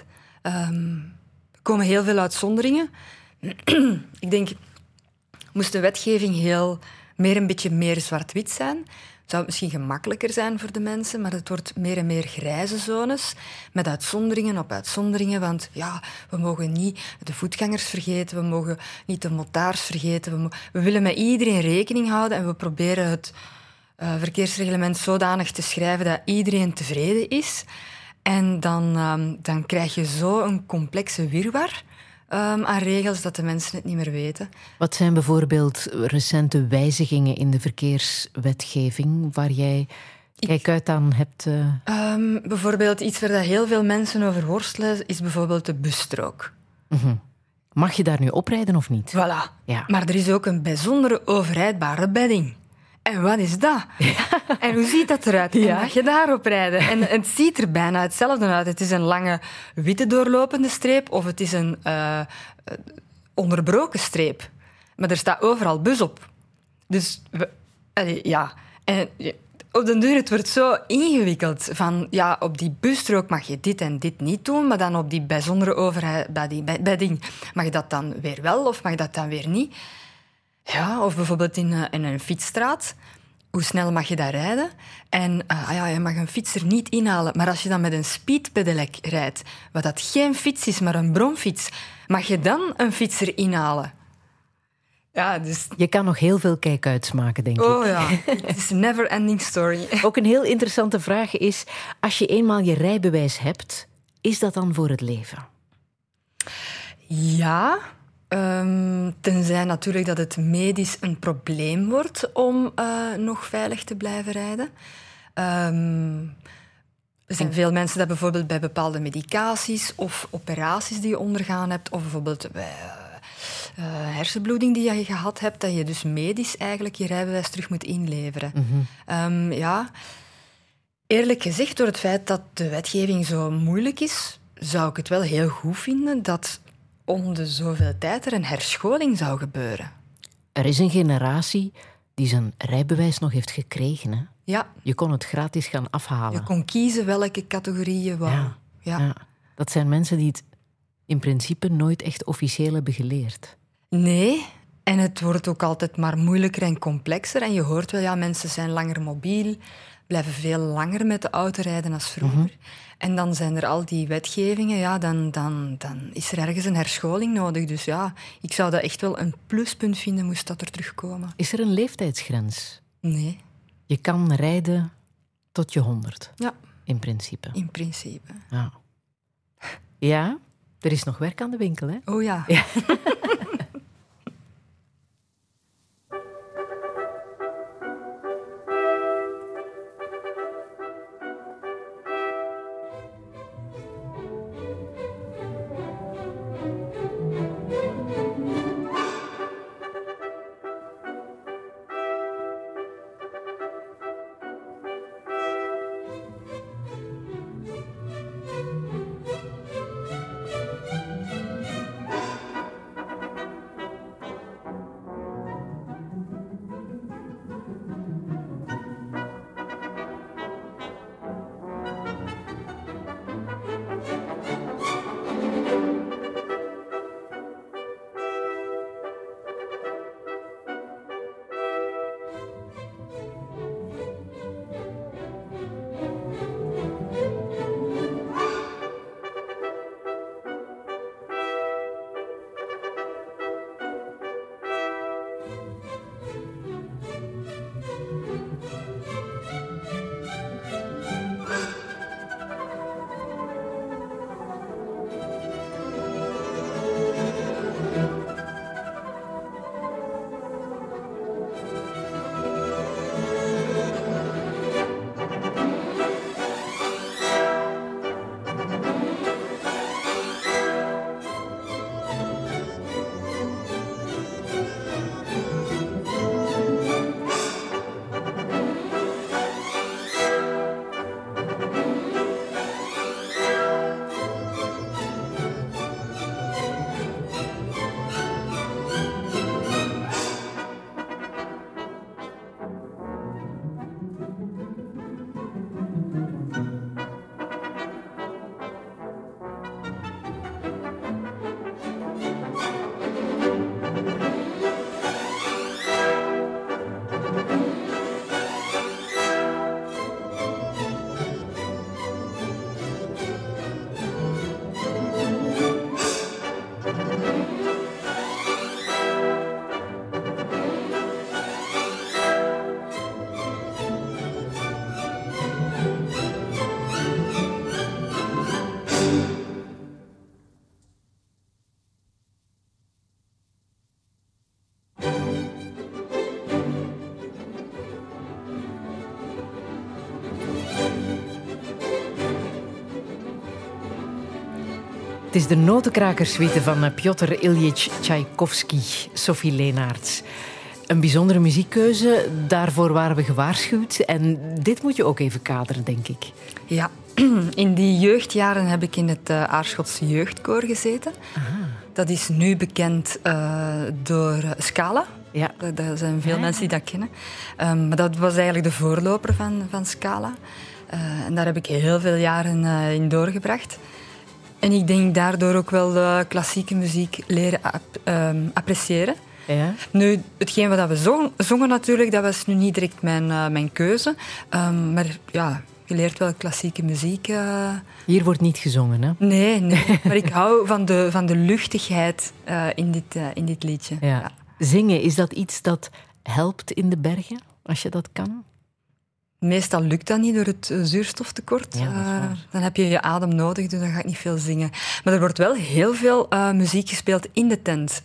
Er komen heel veel uitzonderingen. Ik denk, moest de wetgeving een beetje meer zwart-wit zijn, zou het misschien gemakkelijker zijn voor de mensen, maar het wordt meer en meer grijze zones, met uitzonderingen op uitzonderingen, want ja, we mogen niet de voetgangers vergeten, we mogen niet de motards vergeten, we willen met iedereen rekening houden en we proberen het verkeersreglement zodanig te schrijven dat iedereen tevreden is. En dan krijg je zo een complexe wirwar aan regels dat de mensen het niet meer weten. Wat zijn bijvoorbeeld recente wijzigingen in de verkeerswetgeving waar jij Kijkuit aan hebt? Bijvoorbeeld iets waar heel veel mensen over worstelen is bijvoorbeeld de busstrook. Mm-hmm. Mag je daar nu oprijden of niet? Voilà. Ja. Maar er is ook een bijzondere overrijdbare bedding. En wat is dat? En hoe ziet dat eruit? Ja. En mag je daarop rijden? En het ziet er bijna hetzelfde uit. Het is een lange witte doorlopende streep of het is een onderbroken streep. Maar er staat overal bus op. Dus, ja. En op den duur, het wordt zo ingewikkeld. Van, ja, op die busstrook mag je dit en dit niet doen, maar dan op die bijzondere overrijding mag je dat dan weer wel of mag je dat dan weer niet. Ja, of bijvoorbeeld in een fietsstraat. Hoe snel mag je daar rijden? En je mag een fietser niet inhalen. Maar als je dan met een speedpedelec rijdt, wat dat geen fiets is, maar een bromfiets, mag je dan een fietser inhalen? Ja, dus... Je kan nog heel veel kijkuits maken, denk ik. Oh ja, het is een never-ending story. Ook een heel interessante vraag is, als je eenmaal je rijbewijs hebt, is dat dan voor het leven? Ja... tenzij natuurlijk dat het medisch een probleem wordt om nog veilig te blijven rijden. Er zijn veel mensen dat bijvoorbeeld bij bepaalde medicaties of operaties die je ondergaan hebt, of bijvoorbeeld bij hersenbloeding die je gehad hebt, dat je dus medisch eigenlijk je rijbewijs terug moet inleveren. Mm-hmm. Ja, eerlijk gezegd, door het feit dat de wetgeving zo moeilijk is, zou ik het wel heel goed vinden dat om de zoveel tijd er een herscholing zou gebeuren. Er is een generatie die zijn rijbewijs nog heeft gekregen, hè? Ja. Je kon het gratis gaan afhalen. Je kon kiezen welke categorie je wou. Ja. Dat zijn mensen die het in principe nooit echt officieel hebben geleerd. Nee, en het wordt ook altijd maar moeilijker en complexer. En je hoort wel, mensen zijn langer mobiel, blijven veel langer met de auto rijden als vroeger. Mm-hmm. En dan zijn er al die wetgevingen, dan is er ergens een herscholing nodig. Dus ik zou dat echt wel een pluspunt vinden, moest dat er terugkomen. Is er een leeftijdsgrens? Nee. Je kan rijden tot je 100? Ja. In principe? In principe. Ja, er is nog werk aan de winkel, hè? Oh ja. Het is de Notenkrakersuite van Piotr Iljitsch Tchaikovsky, Sophie Leenaerts. Een bijzondere muziekkeuze, daarvoor waren we gewaarschuwd. En dit moet je ook even kaderen, denk ik. Ja, in die jeugdjaren heb ik in het Aarschotse Jeugdkoor gezeten. Aha. Dat is nu bekend door Scala. Ja. Er zijn veel mensen die dat kennen. Maar dat was eigenlijk de voorloper van Scala. En daar heb ik heel veel jaren in doorgebracht. En ik denk daardoor ook wel klassieke muziek leren appreciëren. Ja. Nu, hetgeen wat we zongen natuurlijk, dat was nu niet direct mijn keuze. Maar ja, je leert wel klassieke muziek. Hier wordt niet gezongen, hè? Nee. Maar ik hou van de luchtigheid in dit liedje. Ja. Ja. Zingen, is dat iets dat helpt in de bergen, als je dat kan? Meestal lukt dat niet door het zuurstoftekort. Ja, dan heb je adem nodig, dus dan ga ik niet veel zingen. Maar er wordt wel heel veel muziek gespeeld in de tent.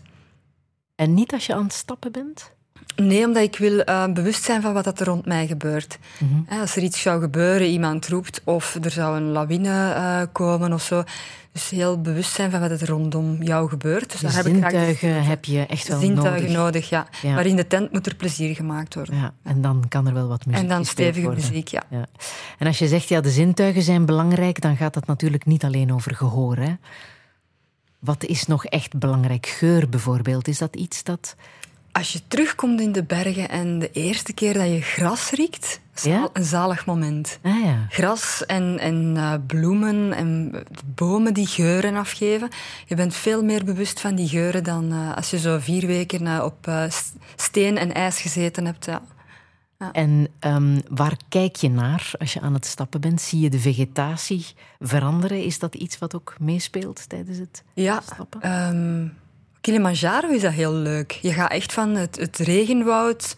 En niet als je aan het stappen bent? Nee, omdat ik wil bewust zijn van wat er rond mij gebeurt. Mm-hmm. Als er iets zou gebeuren, iemand roept of er zou een lawine komen of zo. Dus heel bewust zijn van wat er rondom jou gebeurt. Dus de zintuigen heb je echt wel nodig. Zintuigen nodig, ja. Maar in de tent moet er plezier gemaakt worden. Ja, en dan kan er wel wat muziek en dan stevige worden. Muziek, ja. En als je zegt, de zintuigen zijn belangrijk, dan gaat dat natuurlijk niet alleen over gehoor, hè? Wat is nog echt belangrijk? Geur bijvoorbeeld, is dat iets dat Als je terugkomt in de bergen en de eerste keer dat je gras riekt, is een zalig moment. Ah, ja. Gras en bloemen en bomen die geuren afgeven. Je bent veel meer bewust van die geuren dan als je zo 4 weken op steen en ijs gezeten hebt. Ja. Ja. En waar kijk je naar als je aan het stappen bent? Zie je de vegetatie veranderen? Is dat iets wat ook meespeelt tijdens het stappen? Kilimanjaro is dat heel leuk. Je gaat echt van het regenwoud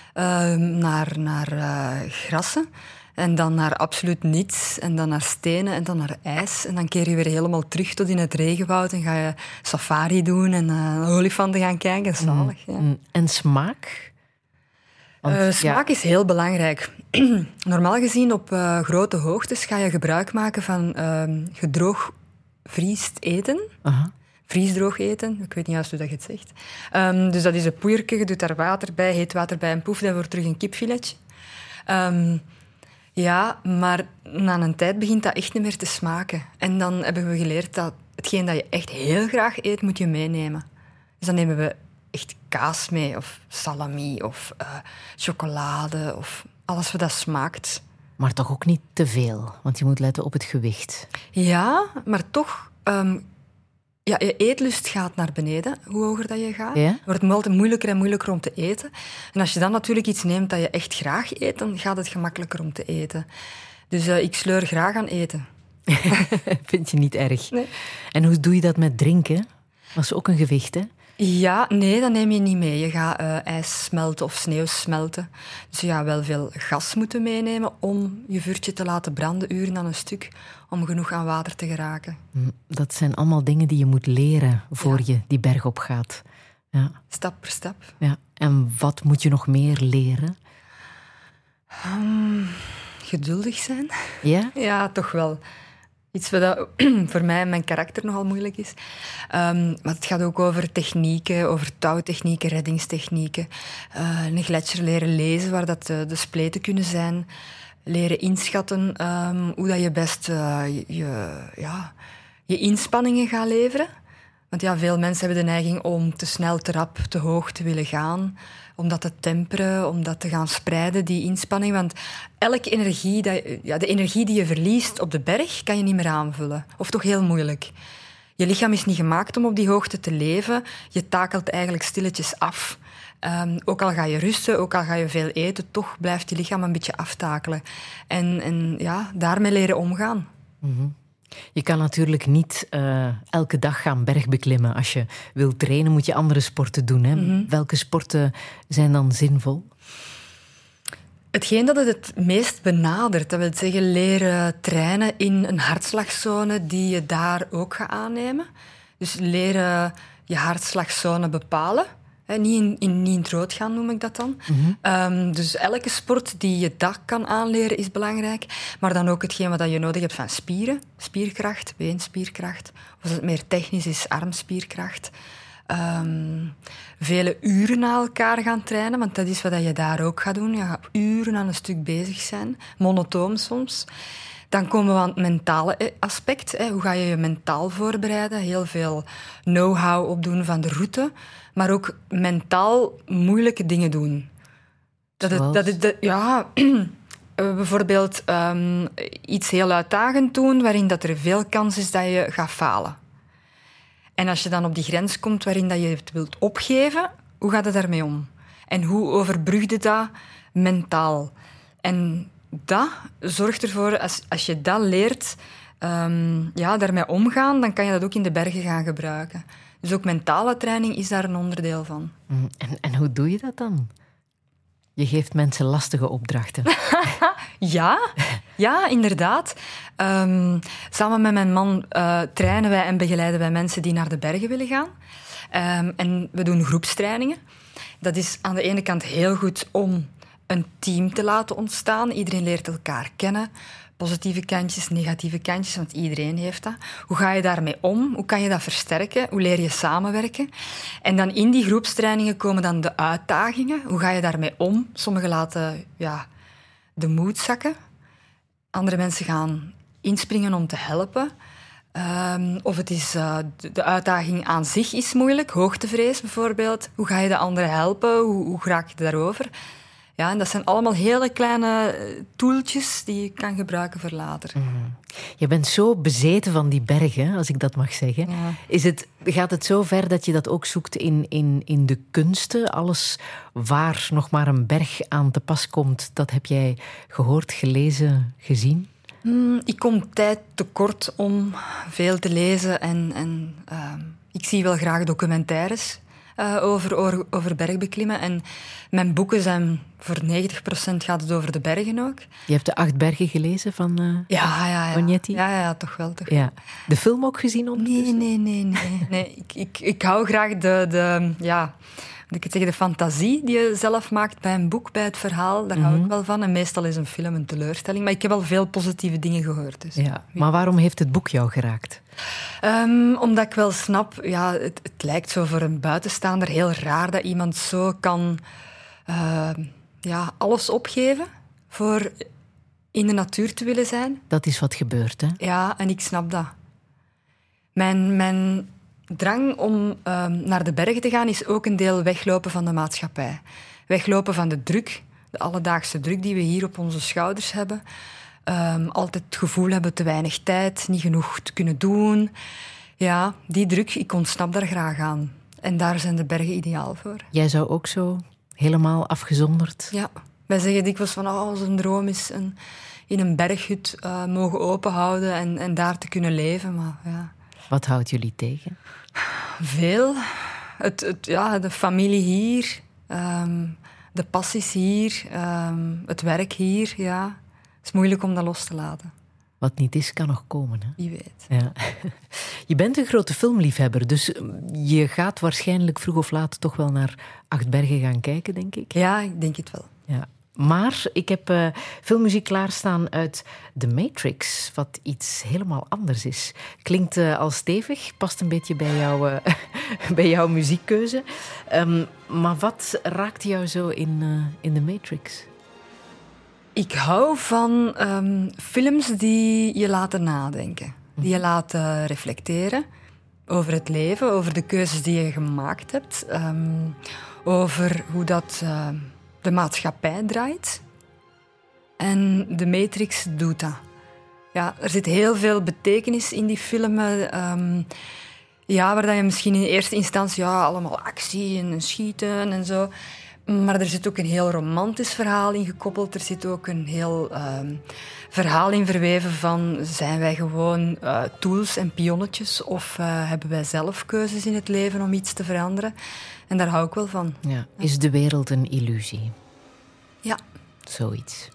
naar grassen. En dan naar absoluut niets. En dan naar stenen en dan naar ijs. En dan keer je weer helemaal terug tot in het regenwoud. En ga je safari doen en olifanten gaan kijken. Zalig. Ja. En smaak? Smaak is heel belangrijk. Normaal gezien op grote hoogtes ga je gebruik maken van gedroogvriest eten. Aha. Vriesdroog eten. Ik weet niet juist hoe dat je het zegt. Dus dat is een poeierke, je doet daar water bij, heet water bij en poef, dat wordt terug een kipfiletje. Ja, maar na een tijd begint dat echt niet meer te smaken. En dan hebben we geleerd dat hetgeen dat je echt heel graag eet, moet je meenemen. Dus dan nemen we echt kaas mee, of salami, of chocolade, of alles wat dat smaakt. Maar toch ook niet te veel, want je moet letten op het gewicht. Ja, maar toch... je eetlust gaat naar beneden, hoe hoger dat je gaat. Ja? Het wordt altijd moeilijker en moeilijker om te eten. En als je dan natuurlijk iets neemt dat je echt graag eet, dan gaat het gemakkelijker om te eten. Dus ik sleur graag aan eten. Vind je niet erg? Nee. En hoe doe je dat met drinken? Dat is ook een gewicht, hè? Ja, nee, dat neem je niet mee. Je gaat ijs smelten of sneeuw smelten. Dus je gaat wel veel gas moeten meenemen om je vuurtje te laten branden, uren aan een stuk, om genoeg aan water te geraken. Dat zijn allemaal dingen die je moet leren voor je die berg op gaat. Ja. Stap per stap. Ja. En wat moet je nog meer leren? Geduldig zijn. Ja? Ja, toch wel. Iets wat voor mij en mijn karakter nogal moeilijk is. Maar het gaat ook over technieken, over touwtechnieken, reddingstechnieken. Een gletsjer leren lezen waar dat de spleten kunnen zijn. Leren inschatten hoe dat je best je inspanningen gaat leveren. Want ja, veel mensen hebben de neiging om te snel, te rap, te hoog te willen gaan. Om dat te temperen, om dat te gaan spreiden, die inspanning. Want elke energie, de energie die je verliest op de berg, kan je niet meer aanvullen. Of toch heel moeilijk. Je lichaam is niet gemaakt om op die hoogte te leven. Je takelt eigenlijk stilletjes af. Ook al ga je rusten, ook al ga je veel eten, toch blijft je lichaam een beetje aftakelen. En ja, daarmee leren omgaan. Mm-hmm. Je kan natuurlijk niet elke dag gaan bergbeklimmen. Als je wilt trainen, moet je andere sporten doen. Hè? Mm-hmm. Welke sporten zijn dan zinvol? Hetgeen dat het meest benadert, dat wil zeggen leren trainen in een hartslagzone die je daar ook gaat aannemen. Dus leren je hartslagzone bepalen. Niet in het rood gaan, noem ik dat dan. Mm-hmm. Dus elke sport die je dat kan aanleren is belangrijk. Maar dan ook hetgeen wat je nodig hebt van spieren. Spierkracht, beenspierkracht. Of als het meer technisch is, armspierkracht. Vele uren na elkaar gaan trainen, want dat is wat je daar ook gaat doen. Je gaat uren aan een stuk bezig zijn. Monotoon soms. Dan komen we aan het mentale aspect. Hoe ga je je mentaal voorbereiden? Heel veel know-how opdoen van de route. Maar ook mentaal moeilijke dingen doen. Bijvoorbeeld iets heel uitdagend doen, waarin dat er veel kans is dat je gaat falen. En als je dan op die grens komt waarin dat je het wilt opgeven, hoe gaat het daarmee om? En hoe overbrug je dat mentaal? En dat zorgt ervoor, als je dat leert, daarmee omgaan, dan kan je dat ook in de bergen gaan gebruiken. Dus ook mentale training is daar een onderdeel van. En hoe doe je dat dan? Je geeft mensen lastige opdrachten. Ja, inderdaad. Samen met mijn man trainen wij en begeleiden wij mensen die naar de bergen willen gaan. En we doen groepstrainingen. Dat is aan de ene kant heel goed om een team te laten ontstaan. Iedereen leert elkaar kennen. Positieve kantjes, negatieve kantjes, want iedereen heeft dat. Hoe ga je daarmee om? Hoe kan je dat versterken? Hoe leer je samenwerken? En dan in die groepstrainingen komen dan de uitdagingen. Hoe ga je daarmee om? Sommigen laten de moed zakken. Andere mensen gaan inspringen om te helpen. Of het is de uitdaging aan zich is moeilijk. Hoogtevrees bijvoorbeeld. Hoe ga je de anderen helpen? Hoe raak je daarover? Ja, en dat zijn allemaal hele kleine toeltjes die je kan gebruiken voor later. Je bent zo bezeten van die bergen, als ik dat mag zeggen. Ja. Gaat het zo ver dat je dat ook zoekt in de kunsten? Alles waar nog maar een berg aan te pas komt, dat heb jij gehoord, gelezen, gezien? Ik kom tijd tekort om veel te lezen en ik zie wel graag documentaires over bergbeklimmen. En mijn boeken zijn voor 90% gaat het over de bergen ook. Je hebt de 8 bergen gelezen van Ognetti? Ja, toch wel. Ja. De film ook gezien ondertussen? Nee. Ik hou graag de fantasie die je zelf maakt bij een boek, bij het verhaal. Daar hou ik wel van. En meestal is een film een teleurstelling. Maar ik heb al veel positieve dingen gehoord. Dus. Ja. Maar waarom heeft het boek jou geraakt? Omdat ik wel snap, het lijkt zo voor een buitenstaander heel raar dat iemand zo kan alles opgeven voor in de natuur te willen zijn. Dat is wat gebeurt, hè? Ja, en ik snap dat. Mijn drang om naar de bergen te gaan is ook een deel weglopen van de maatschappij. Weglopen van de druk, de alledaagse druk die we hier op onze schouders hebben. Altijd het gevoel hebben te weinig tijd, niet genoeg te kunnen doen. Ja, die druk, ik ontsnap daar graag aan. En daar zijn de bergen ideaal voor. Jij zou ook zo helemaal afgezonderd? Ja, wij zeggen dikwijls van onze droom is in een berghut mogen openhouden en daar te kunnen leven. Maar, ja. Wat houdt jullie tegen? Veel. De familie hier, de passies hier, het werk hier, ja. Het is moeilijk om dat los te laten. Wat niet is, kan nog komen. Hè? Wie weet. Ja. Je bent een grote filmliefhebber, dus je gaat waarschijnlijk vroeg of laat toch wel naar 8 bergen gaan kijken, denk ik. Ja, ik denk het wel. Ja. Maar ik heb filmmuziek klaarstaan uit The Matrix, wat iets helemaal anders is. Klinkt al stevig, past een beetje bij jouw muziekkeuze. Maar wat raakte jou zo in The Matrix? Ik hou van films die je laten nadenken. Die je laten reflecteren over het leven, over de keuzes die je gemaakt hebt. Over hoe dat de maatschappij draait. En de Matrix doet dat. Ja, er zit heel veel betekenis in die filmen. Waar dat je misschien in eerste instantie allemaal actie en schieten en zo. Maar er zit ook een heel romantisch verhaal in gekoppeld. Er zit ook een heel verhaal in verweven van... zijn wij gewoon tools en pionnetjes of hebben wij zelf keuzes in het leven om iets te veranderen? En daar hou ik wel van. Ja. Is de wereld een illusie? Ja. Zoiets.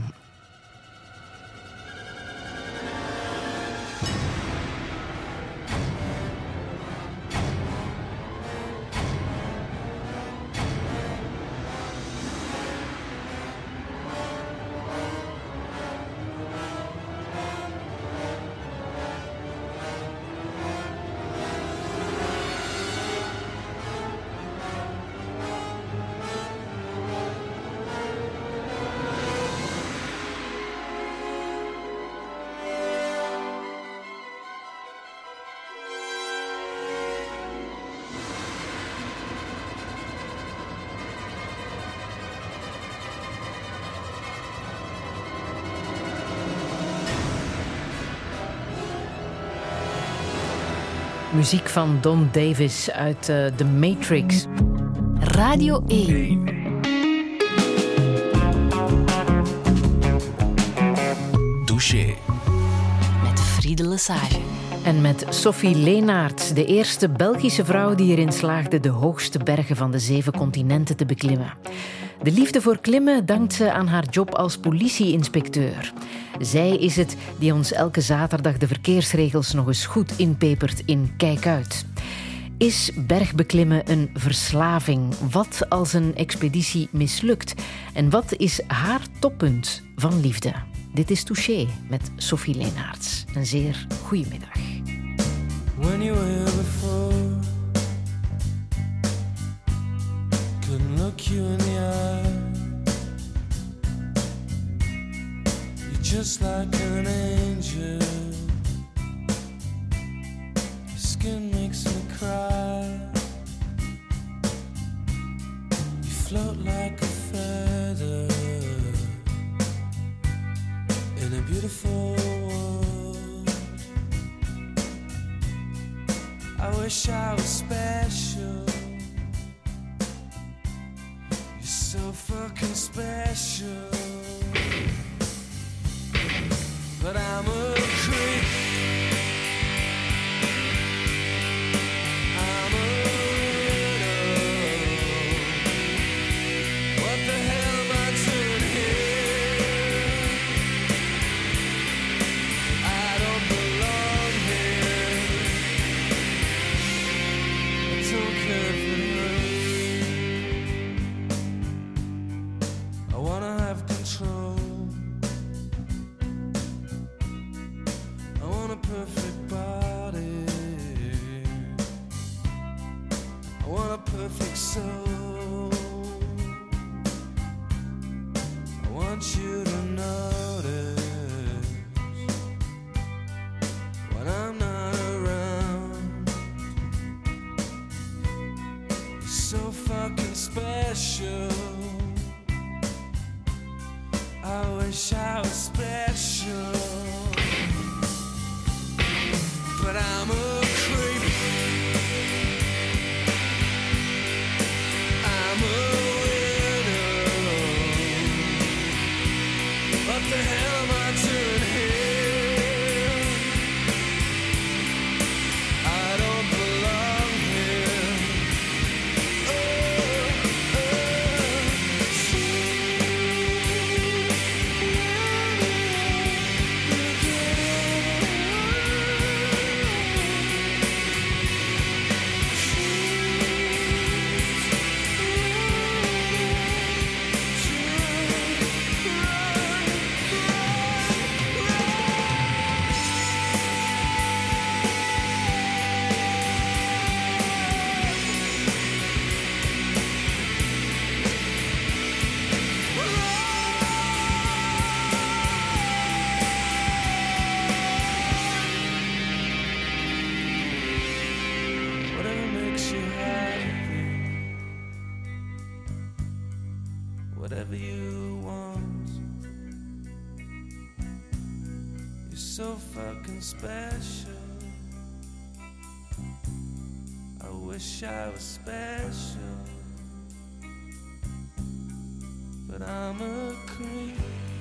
Muziek van Don Davis uit The Matrix. Radio 1. Douché. Met Friede Lesage. En met Sophie Leenaerts, de eerste Belgische vrouw die erin slaagde de hoogste bergen van de 7 continenten te beklimmen. De liefde voor klimmen dankt ze aan haar job als politie-inspecteur. Zij is het die ons elke zaterdag de verkeersregels nog eens goed inpepert in Kijk Uit. Is bergbeklimmen een verslaving? Wat als een expeditie mislukt? En wat is haar toppunt van liefde? Dit is Touché met Sophie Leenaerts. Een zeer goede middag. When you were here before, couldn't look you in the eye. You're just like an angel. I wish I was special. You're so fucking special. But I'm a creep. I'm a widow. What the hell am I doing here? I don't belong here. I don't care if it hurts. I wanna have control. I want a perfect body. I want a perfect soul. I want you to notice when I'm not around. You're so fucking special. I wish I was special. But I'm a creep. I'm a widow. What the hell am I doing here? I don't belong here. Whatever makes you happy, whatever you want. You're so fucking special. I wish I was special, but I'm a creep.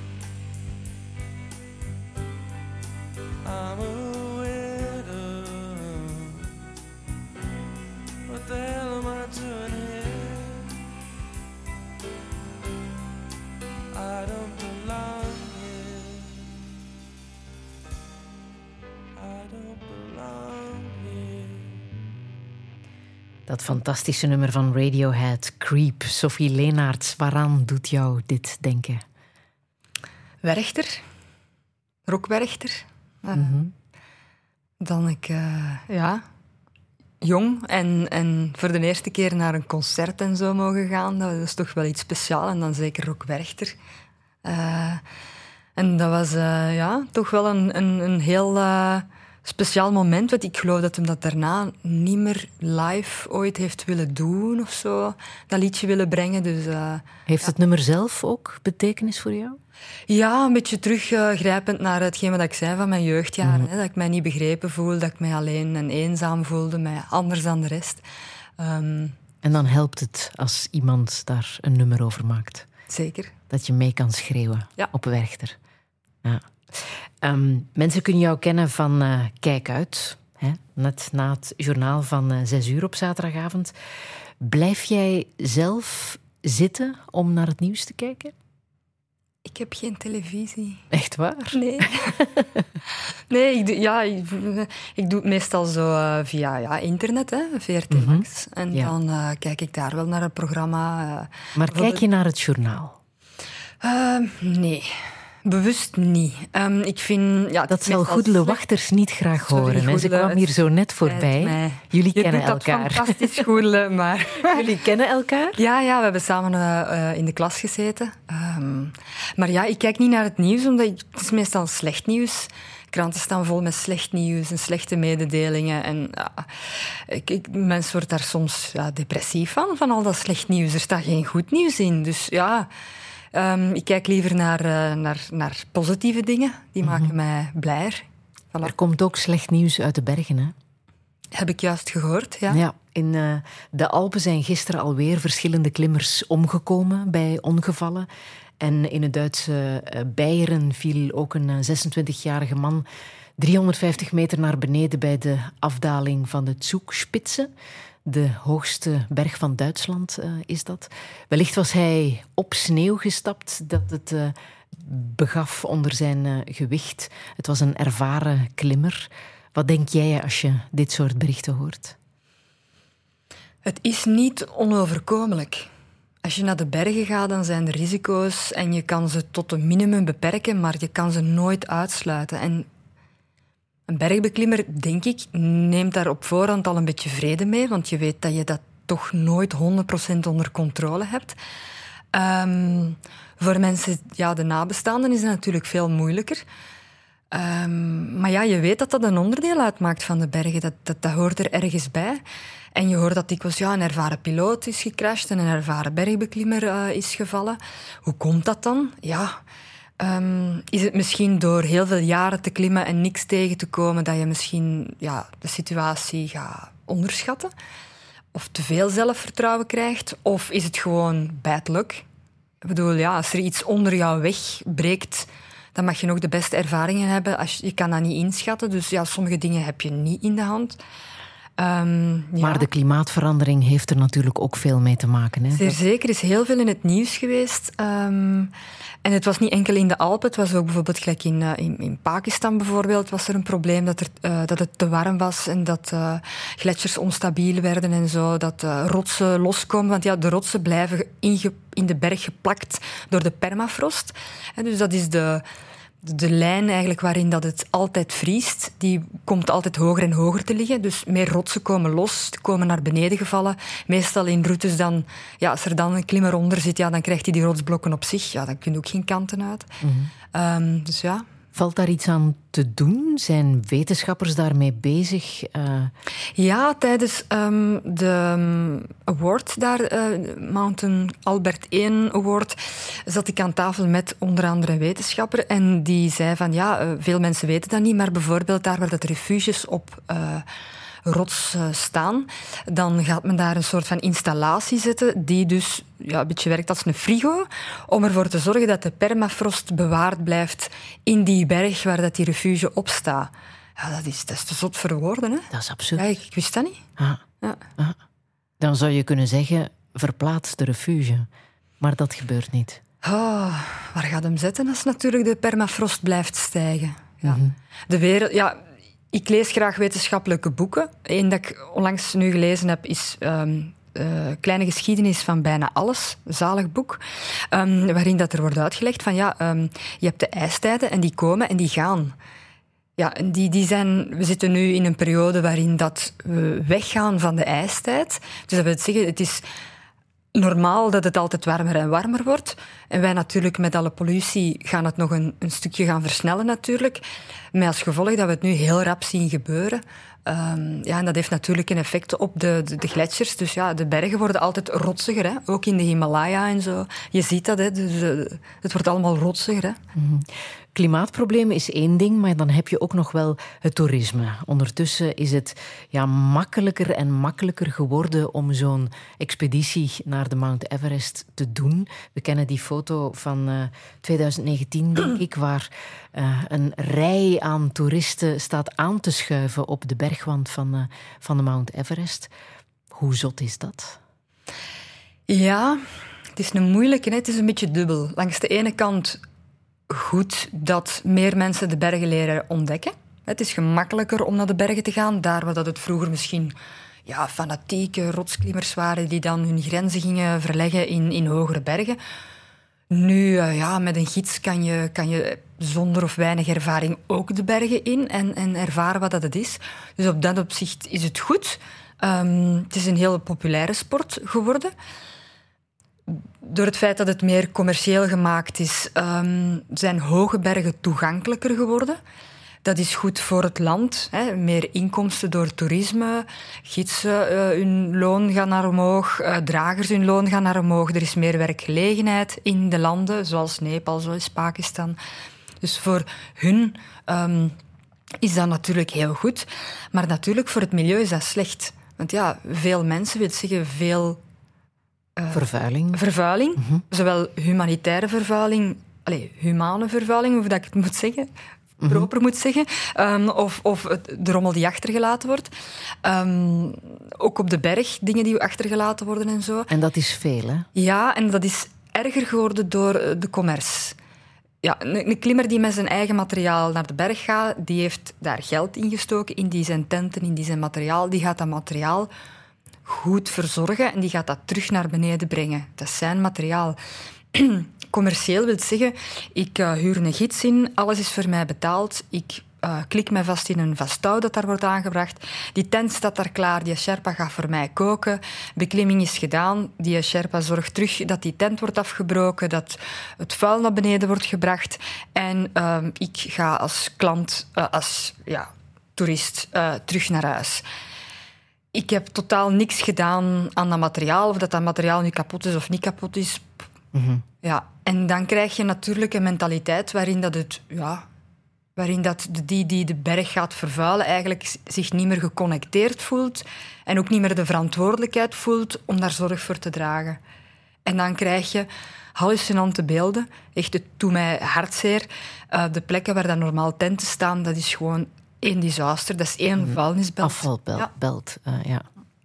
I'm a widow. What the hell am I doing here? I don't belong here. I don't belong here. Dat fantastische nummer van Radiohead, Creep. Sophie Leenaerts, waaraan doet jou dit denken? Werchter. Rockwerchter. Dan ik, jong en voor de eerste keer naar een concert en zo mogen gaan. Dat is toch wel iets speciaals. En dan zeker Rockwerchter. En dat was toch wel een heel speciaal moment. Want ik geloof dat hem dat daarna niet meer live ooit heeft willen doen of zo. Dat liedje willen brengen. Dus, Heeft het nummer zelf ook betekenis voor jou? Ja, een beetje teruggrijpend naar hetgeen wat ik zei van mijn jeugdjaren. Hè, dat ik mij niet begrepen voelde, dat ik mij alleen en eenzaam voelde, mij anders dan de rest. En dan helpt het als iemand daar een nummer over maakt. Zeker. Dat je mee kan schreeuwen op Werchter. Ja. Mensen kunnen jou kennen van Kijk Uit. Hè? Net na het journaal van 6:00 op zaterdagavond. Blijf jij zelf zitten om naar het nieuws te kijken? Ik heb geen televisie. Echt waar? Nee. Nee, ik doe het meestal zo via internet, hè, VRT Max. En dan kijk ik daar wel naar het programma. Maar kijk je naar het journaal? Nee. Bewust niet. Ik vind, dat zal Goedele Wachters niet graag horen. Goedele, ze kwam hier zo net voorbij. Jullie kennen elkaar. Dat fantastisch, Goedele, maar... Jullie kennen elkaar? Ja, we hebben samen in de klas gezeten. Maar ja, ik kijk niet naar het nieuws, omdat het is meestal slecht nieuws. Kranten staan vol met slecht nieuws en slechte mededelingen. En mensen worden daar soms depressief van al dat slecht nieuws. Er staat geen goed nieuws in. Dus ja... ik kijk liever naar positieve dingen. Die maken mij blijer. Voilà. Er komt ook slecht nieuws uit de bergen, hè? Heb ik juist gehoord, ja. Ja, in de Alpen zijn gisteren alweer verschillende klimmers omgekomen bij ongevallen. En in het Duitse Beieren viel ook een 26-jarige man 350 meter naar beneden bij de afdaling van de Zugspitze. De hoogste berg van Duitsland is dat. Wellicht was hij op sneeuw gestapt dat het begaf onder zijn gewicht. Het was een ervaren klimmer. Wat denk jij als je dit soort berichten hoort? Het is niet onoverkomelijk. Als je naar de bergen gaat, dan zijn er risico's en je kan ze tot een minimum beperken, maar je kan ze nooit uitsluiten. En een bergbeklimmer, denk ik, neemt daar op voorhand al een beetje vrede mee, want je weet dat je dat toch nooit 100% onder controle hebt. Voor mensen, ja, de nabestaanden, is het natuurlijk veel moeilijker. Maar ja, je weet dat dat een onderdeel uitmaakt van de bergen. Dat hoort er ergens bij. En je hoort dat dikwijls een ervaren piloot is gecrashed en een ervaren bergbeklimmer is gevallen. Hoe komt dat dan? Ja, is het misschien door heel veel jaren te klimmen en niks tegen te komen dat je misschien de situatie gaat onderschatten? Of te veel zelfvertrouwen krijgt? Of is het gewoon bad luck? Ik bedoel, als er iets onder jou wegbreekt, dan mag je nog de beste ervaringen hebben. Je kan dat niet inschatten, dus sommige dingen heb je niet in de hand. Maar de klimaatverandering heeft er natuurlijk ook veel mee te maken. Hè? Zeer zeker, is heel veel in het nieuws geweest. En het was niet enkel in de Alpen, het was ook bijvoorbeeld gelijk in Pakistan bijvoorbeeld, was er een probleem dat het te warm was en dat gletsjers onstabiel werden en zo, dat rotsen loskomen. Want de rotsen blijven in de berg geplakt door de permafrost. En dus dat is de lijn eigenlijk waarin dat het altijd vriest, die komt altijd hoger en hoger te liggen. Dus meer rotsen komen los, komen naar beneden gevallen. Meestal in routes dan, als er dan een klimmer onder zit, dan krijgt hij die rotsblokken op zich. Ja, dan kun je ook geen kanten uit. Mm-hmm. Dus ja. Valt daar iets aan te doen? Zijn wetenschappers daarmee bezig? Ja, tijdens de award daar, Mountain Albert 1 Award, zat ik aan tafel met onder andere een wetenschapper en die zei van veel mensen weten dat niet, maar bijvoorbeeld daar waar dat refuges op rots staan, dan gaat men daar een soort van installatie zetten die dus een beetje werkt als een frigo, om ervoor te zorgen dat de permafrost bewaard blijft in die berg waar dat die refuge op staat. Ja, dat is te zot voor woorden, hè? Dat is absurd. Ja, ik wist dat niet. Ja. Dan zou je kunnen zeggen, verplaats de refuge. Maar dat gebeurt niet. Waar gaat hem zetten als natuurlijk de permafrost blijft stijgen? Ja. Mm-hmm. De wereld... Ik lees graag wetenschappelijke boeken. Eén dat ik onlangs nu gelezen heb is Kleine geschiedenis van bijna alles. Een zalig boek. Waarin dat er wordt uitgelegd van je hebt de ijstijden en die komen en die gaan. Ja, en we zitten nu in een periode waarin dat we weggaan van de ijstijd. Dus dat wil zeggen, het is normaal dat het altijd warmer en warmer wordt. En wij natuurlijk met alle pollutie gaan het nog een stukje gaan versnellen natuurlijk. Met als gevolg dat we het nu heel rap zien gebeuren. En dat heeft natuurlijk een effect op de gletsjers. Dus de bergen worden altijd rotsiger. Hè? Ook in de Himalaya en zo. Je ziet dat, hè? Dus, het wordt allemaal rotsiger. Hè? Mm-hmm. Klimaatprobleem is één ding, maar dan heb je ook nog wel het toerisme. Ondertussen is het makkelijker en makkelijker geworden om zo'n expeditie naar de Mount Everest te doen. We kennen die foto van 2019, denk ik, waar een rij aan toeristen staat aan te schuiven op de bergwand van de Mount Everest. Hoe zot is dat? Ja, het is een moeilijke. Het is een beetje dubbel. Langs de ene kant goed dat meer mensen de bergen leren ontdekken. Het is gemakkelijker om naar de bergen te gaan. Daar waar dat het vroeger misschien fanatieke rotsklimmers waren die dan hun grenzen gingen verleggen in hogere bergen. Nu, met een gids kan je zonder of weinig ervaring ook de bergen in en ervaren wat dat het is. Dus op dat opzicht is het goed. Het is een heel populaire sport geworden. Door het feit dat het meer commercieel gemaakt is, zijn hoge bergen toegankelijker geworden. Dat is goed voor het land. Hè. Meer inkomsten door toerisme. Gidsen, hun loon gaat naar omhoog. Dragers, hun loon gaat naar omhoog. Er is meer werkgelegenheid in de landen, zoals Nepal, zoals Pakistan. Dus voor hun is dat natuurlijk heel goed. Maar natuurlijk, voor het milieu is dat slecht. Want ja, veel mensen wil zeggen veel... Vervuiling. Zowel humanitaire vervuiling, humane vervuiling, hoe dat ik het moet zeggen... proper moet zeggen, of de rommel die achtergelaten wordt. Ook op de berg, dingen die achtergelaten worden en zo. En dat is veel, hè? Ja, en dat is erger geworden door de commerce. Ja, een klimmer die met zijn eigen materiaal naar de berg gaat, die heeft daar geld in gestoken, in die zijn tenten, in die zijn materiaal. Die gaat dat materiaal goed verzorgen en die gaat dat terug naar beneden brengen. Dat is zijn materiaal. Commercieel wil zeggen, ik huur een gids in, alles is voor mij betaald, ik klik mij vast in een vast touw dat daar wordt aangebracht, die tent staat daar klaar, die Sherpa gaat voor mij koken, beklimming is gedaan, die Sherpa zorgt terug dat die tent wordt afgebroken, dat het vuil naar beneden wordt gebracht en ik ga als klant, als toerist terug naar huis. Ik heb totaal niks gedaan aan dat materiaal, of dat materiaal nu kapot is of niet kapot is. Ja, en dan krijg je natuurlijk een mentaliteit waarin die de berg gaat vervuilen eigenlijk zich niet meer geconnecteerd voelt en ook niet meer de verantwoordelijkheid voelt om daar zorg voor te dragen. En dan krijg je hallucinante beelden. Echt, het doet mij hartzeer. De plekken waar dan normaal tenten staan, dat is gewoon één disaster. Dat is één vuilnisbelt. Afvalbelt, ja.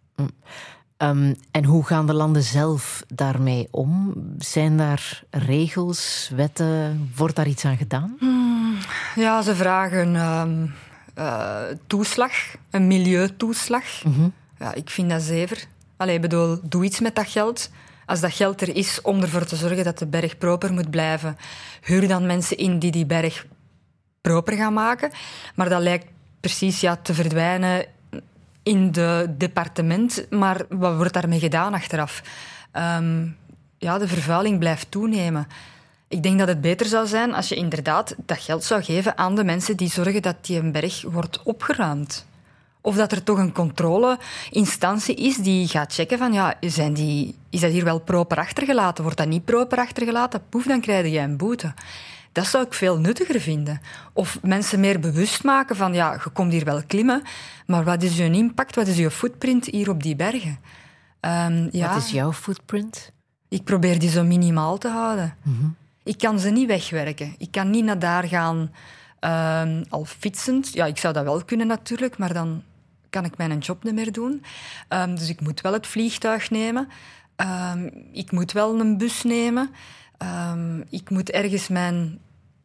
En hoe gaan de landen zelf daarmee om? Zijn daar regels, wetten? Wordt daar iets aan gedaan? Ja, ze vragen toeslag, een milieutoeslag. Ja, ik vind dat zever. Doe iets met dat geld. Als dat geld er is om ervoor te zorgen dat de berg proper moet blijven, huur dan mensen in die berg proper gaan maken. Maar dat lijkt precies te verdwijnen in het departement, maar wat wordt daarmee gedaan achteraf? De vervuiling blijft toenemen. Ik denk dat het beter zou zijn als je inderdaad dat geld zou geven aan de mensen die zorgen dat die een berg wordt opgeruimd. Of dat er toch een controleinstantie is die gaat checken van, is dat hier wel proper achtergelaten? Wordt dat niet proper achtergelaten? Poef, dan krijg je een boete. Dat zou ik veel nuttiger vinden. Of mensen meer bewust maken van, je komt hier wel klimmen, maar wat is je impact, wat is je footprint hier op die bergen? Wat is jouw footprint? Ik probeer die zo minimaal te houden. Ik kan ze niet wegwerken. Ik kan niet naar daar gaan al fietsend. Ja, ik zou dat wel kunnen natuurlijk, maar dan kan ik mijn job niet meer doen. Dus ik moet wel het vliegtuig nemen. Ik moet wel een bus nemen. Ik moet ergens mijn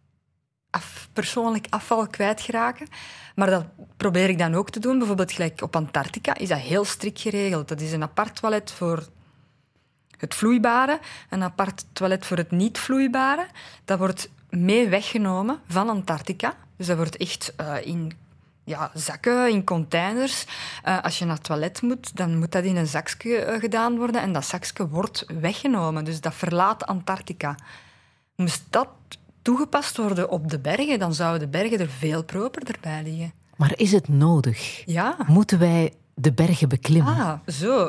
persoonlijk afval kwijtgeraken. Maar dat probeer ik dan ook te doen. Bijvoorbeeld gelijk op Antarctica is dat heel strikt geregeld. Dat is een apart toilet voor het vloeibare, een apart toilet voor het niet-vloeibare. Dat wordt mee weggenomen van Antarctica. Dus dat wordt echt in zakken, in containers. Als je naar het toilet moet, dan moet dat in een zakje gedaan worden. En dat zakje wordt weggenomen. Dus dat verlaat Antarctica. Moest dat toegepast worden op de bergen, dan zouden de bergen er veel properder bij liggen. Maar is het nodig? Ja. Moeten wij de bergen beklimmen?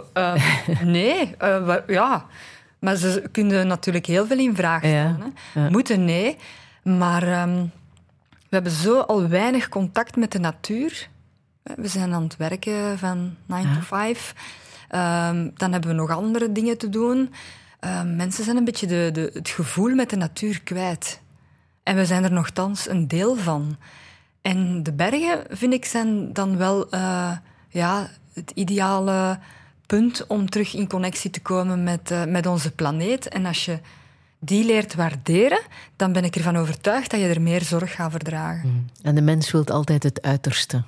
Nee. Maar ze kunnen natuurlijk heel veel in vraag stellen. Ja. Moeten, nee. Maar we hebben zo al weinig contact met de natuur. We zijn aan het werken van 9 to 5. Dan hebben we nog andere dingen te doen. Mensen zijn een beetje het gevoel met de natuur kwijt. En we zijn er nogthans een deel van. En de bergen, vind ik, zijn dan wel het ideale punt om terug in connectie te komen met onze planeet. En als je die leert waarderen, dan ben ik ervan overtuigd dat je er meer zorg gaat verdragen. En de mens wil altijd het uiterste.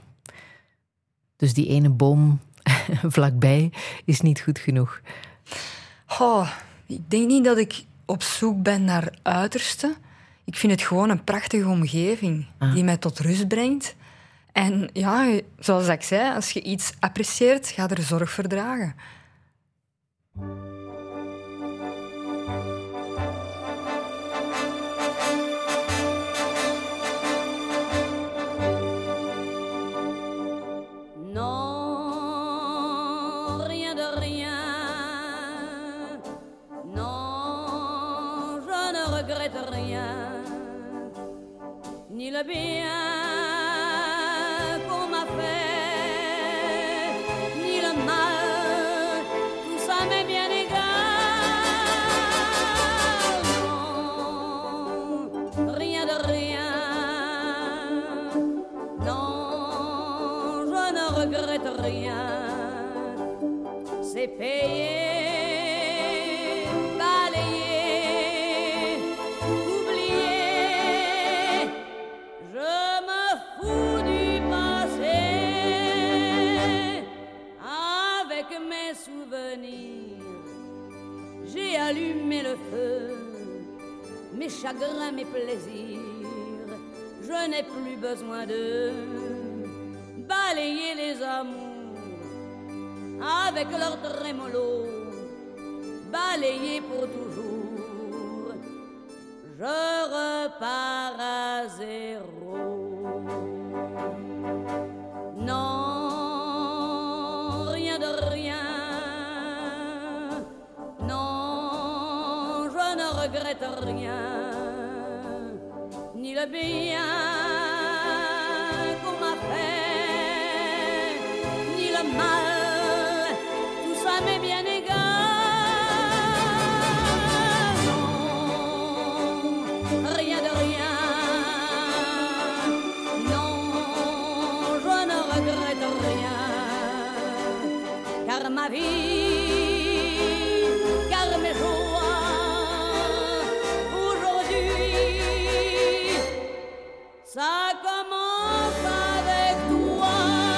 Dus die ene boom vlakbij is niet goed genoeg. Ik denk niet dat ik op zoek ben naar uiterste. Ik vind het gewoon een prachtige omgeving die mij tot rust brengt. En ja, zoals ik zei, als je iets apprecieert, ga er zorg voor dragen. Non, rien de rien. Non, je ne regrette rien. Ni le bien, regrette rien. C'est payé, balayé, oublié. Je me fous du passé. Avec mes souvenirs, j'ai allumé le feu. Mes chagrins, mes plaisirs, je n'ai plus besoin de balayer les amours avec leur trémolo, balayer pour toujours. Je repars à zéro. Non, rien de rien. Non, je ne regrette rien, ni le bien qu'on m'a fait, ni le mal, tout ça m'est bien égal. Non, rien de rien. Non, je ne regrette rien, car ma vie, car mes joies, aujourd'hui, ça commence avec toi.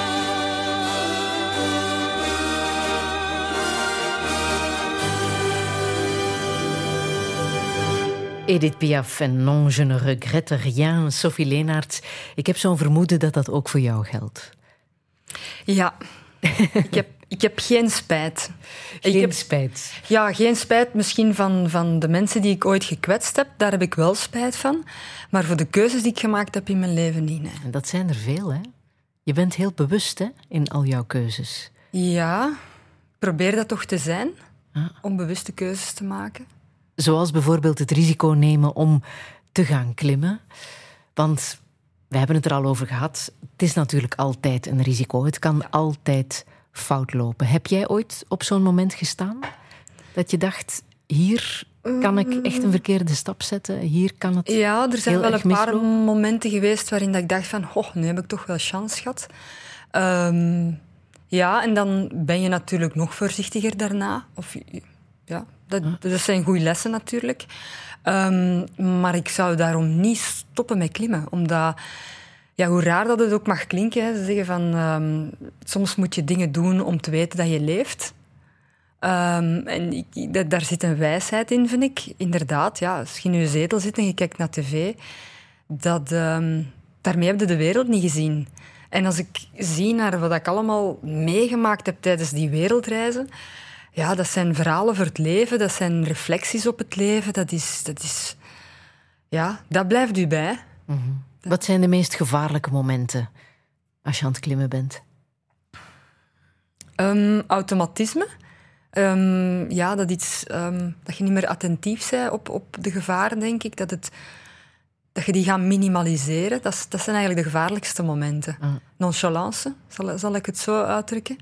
Edith Piaf en Non, je ne regrette rien. Sophie Leenaerts, ik heb zo'n vermoeden dat dat ook voor jou geldt. Ja, ik heb geen spijt. Spijt. Ja, geen spijt misschien van de mensen die ik ooit gekwetst heb. Daar heb ik wel spijt van. Maar voor de keuzes die ik gemaakt heb in mijn leven niet. Nee. En dat zijn er veel, hè? Je bent heel bewust, hè, in al jouw keuzes. Ja, ik probeer dat toch te zijn. Om bewuste keuzes te maken. Zoals bijvoorbeeld het risico nemen om te gaan klimmen. Want we hebben het er al over gehad. Het is natuurlijk altijd een risico. Het kan altijd fout lopen. Heb jij ooit op zo'n moment gestaan? Dat je dacht, hier kan ik echt een verkeerde stap zetten? Hier kan het Ja, er zijn heel wel erg een paar mislopen? momenten geweest waarin dat ik dacht van, nu heb ik toch wel chance gehad. Ja, en dan ben je natuurlijk nog voorzichtiger daarna. Ja, dat zijn goede lessen natuurlijk. Maar ik zou daarom niet stoppen met klimmen. Omdat, ja, hoe raar dat het ook mag klinken, hè, ze zeggen van, soms moet je dingen doen om te weten dat je leeft. En daar zit een wijsheid in, vind ik. Inderdaad, ja, als je in je zetel zit en je kijkt naar tv, daarmee heb je de wereld niet gezien. En als ik zie naar wat ik allemaal meegemaakt heb tijdens die wereldreizen, ja, dat zijn verhalen voor het leven, dat zijn reflecties op het leven, dat blijft u bij. Mm-hmm. Wat zijn de meest gevaarlijke momenten als je aan het klimmen bent? Automatisme. Ja, dat je niet meer attentief bent op de gevaren, denk ik. Dat je die gaat minimaliseren. Dat zijn eigenlijk de gevaarlijkste momenten. Nonchalance, zal ik het zo uitdrukken.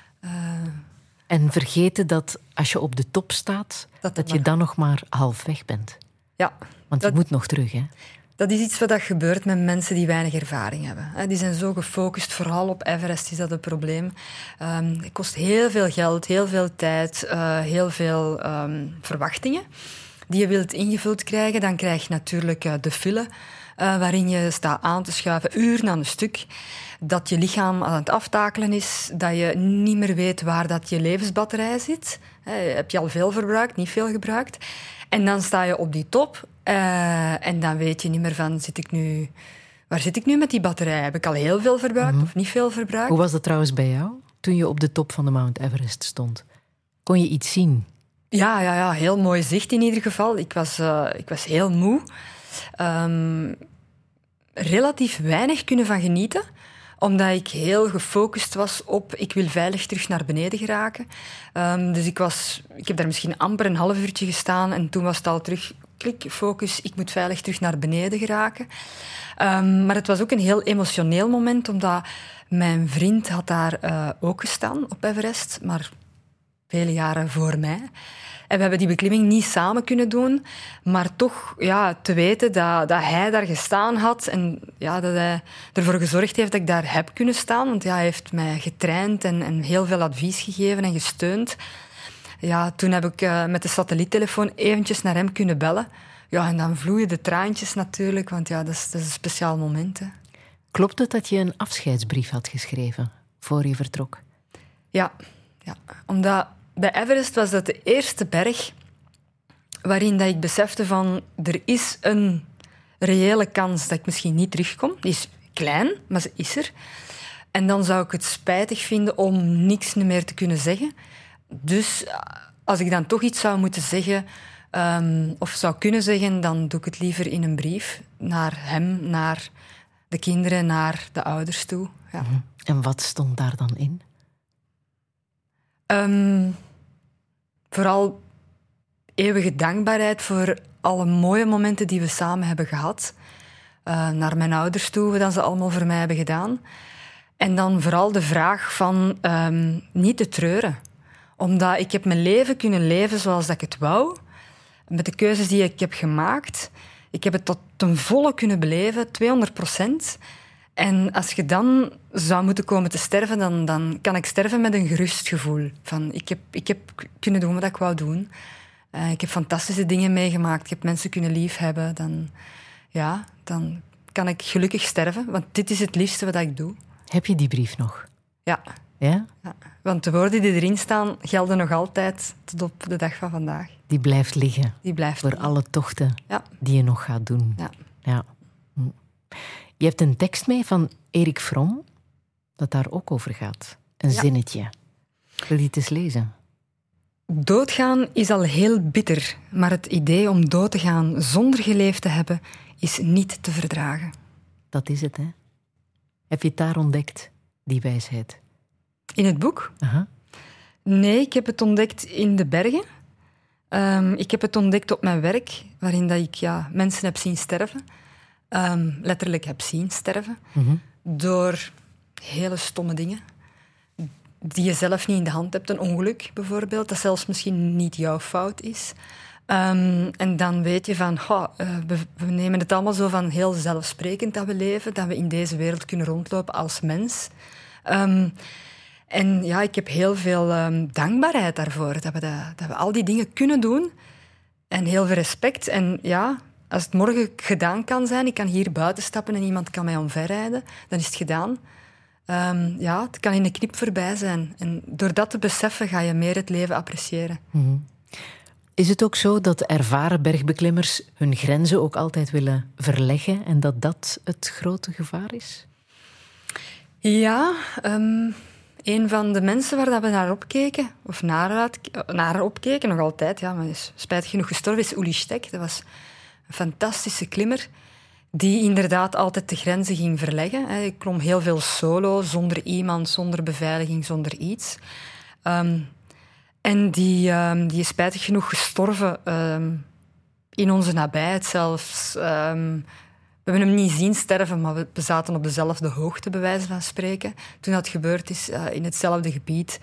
En vergeten dat als je op de top staat, dat je dan nog maar halfweg bent. Ja. Want je moet nog terug, hè? Dat is iets wat gebeurt met mensen die weinig ervaring hebben. Die zijn zo gefocust, vooral op Everest is dat het probleem. Het kost heel veel geld, heel veel tijd, heel veel verwachtingen die je wilt ingevuld krijgen. Dan krijg je natuurlijk de file, waarin je staat aan te schuiven, uren aan een stuk. Dat je lichaam aan het aftakelen is, dat je niet meer weet waar dat je levensbatterij zit. Heb je al veel verbruikt, niet veel gebruikt. En dan sta je op die top en dan weet je niet meer van, waar zit ik nu met die batterij? Heb ik al heel veel verbruikt of niet veel verbruikt? Hoe was dat trouwens bij jou, toen je op de top van de Mount Everest stond? Kon je iets zien? Ja, heel mooi zicht in ieder geval. Ik was heel moe. Relatief weinig kunnen van genieten, omdat ik heel gefocust was op, ik wil veilig terug naar beneden geraken. Dus ik heb daar misschien amper een half uurtje gestaan en toen was het al terug, klik, focus, ik moet veilig terug naar beneden geraken. Maar het was ook een heel emotioneel moment, omdat mijn vriend had daar ook gestaan op Everest, maar vele jaren voor mij. En we hebben die beklimming niet samen kunnen doen, maar toch te weten dat hij daar gestaan had en dat hij ervoor gezorgd heeft dat ik daar heb kunnen staan. Want hij heeft mij getraind en heel veel advies gegeven en gesteund. Ja, toen heb ik met de satelliettelefoon eventjes naar hem kunnen bellen. Ja, en dan vloeien de traantjes natuurlijk, want dat is een speciaal moment. Hè. Klopt het dat je een afscheidsbrief had geschreven voor je vertrok? Ja. Omdat bij Everest was dat de eerste berg waarin dat ik besefte van er is een reële kans dat ik misschien niet terugkom. Die is klein, maar ze is er. En dan zou ik het spijtig vinden om niks meer te kunnen zeggen. Dus als ik dan toch iets zou moeten zeggen of zou kunnen zeggen, dan doe ik het liever in een brief naar hem, naar de kinderen, naar de ouders toe. Ja. En wat stond daar dan in? Vooral eeuwige dankbaarheid voor alle mooie momenten die we samen hebben gehad. Naar mijn ouders toe, wat ze allemaal voor mij hebben gedaan. En dan vooral de vraag van niet te treuren. Omdat ik heb mijn leven kunnen leven zoals dat ik het wou. Met de keuzes die ik heb gemaakt. Ik heb het tot ten volle kunnen beleven, 200%. En als je dan zou moeten komen te sterven, dan kan ik sterven met een gerust gevoel. Van, ik heb kunnen doen wat ik wou doen. Ik heb fantastische dingen meegemaakt. Ik heb mensen kunnen liefhebben. Dan kan ik gelukkig sterven. Want dit is het liefste wat ik doe. Heb je die brief nog? Ja. Ja? Ja. Want de woorden die erin staan gelden nog altijd tot op de dag van vandaag. Die blijft liggen. Die blijft voor alle tochten die je nog gaat doen. Ja. Je hebt een tekst mee van Erik Fromm, dat daar ook over gaat. Een zinnetje. Wil je het eens lezen? Doodgaan is al heel bitter, maar het idee om dood te gaan zonder geleefd te hebben, is niet te verdragen. Dat is het, hè? Heb je het daar ontdekt, die wijsheid? In het boek? Aha. Nee, ik heb het ontdekt in de bergen. Ik heb het ontdekt op mijn werk, waarin dat ik mensen heb zien sterven. Letterlijk heb zien sterven. Door hele stomme dingen die je zelf niet in de hand hebt. Een ongeluk bijvoorbeeld, dat zelfs misschien niet jouw fout is. En dan weet je van, we nemen het allemaal zo van heel zelfsprekend dat we leven, dat we in deze wereld kunnen rondlopen als mens. En ik heb heel veel dankbaarheid daarvoor, dat we al die dingen kunnen doen. En heel veel respect. En als het morgen gedaan kan zijn, ik kan hier buiten stappen en iemand kan mij omverrijden, dan is het gedaan. Het kan in een knip voorbij zijn. En door dat te beseffen ga je meer het leven appreciëren. Is het ook zo dat ervaren bergbeklimmers hun grenzen ook altijd willen verleggen en dat het grote gevaar is? Ja, een van de mensen waar we naar opkeken, of naar opkeken, nog altijd, maar is spijtig genoeg gestorven, is Uli Stek. Dat was een fantastische klimmer die inderdaad altijd de grenzen ging verleggen. Ik klom heel veel solo, zonder iemand, zonder beveiliging, zonder iets. En die is spijtig genoeg gestorven in onze nabijheid zelfs. We hebben hem niet zien sterven, maar we zaten op dezelfde hoogte, bij wijze van spreken, toen dat gebeurd is, in hetzelfde gebied.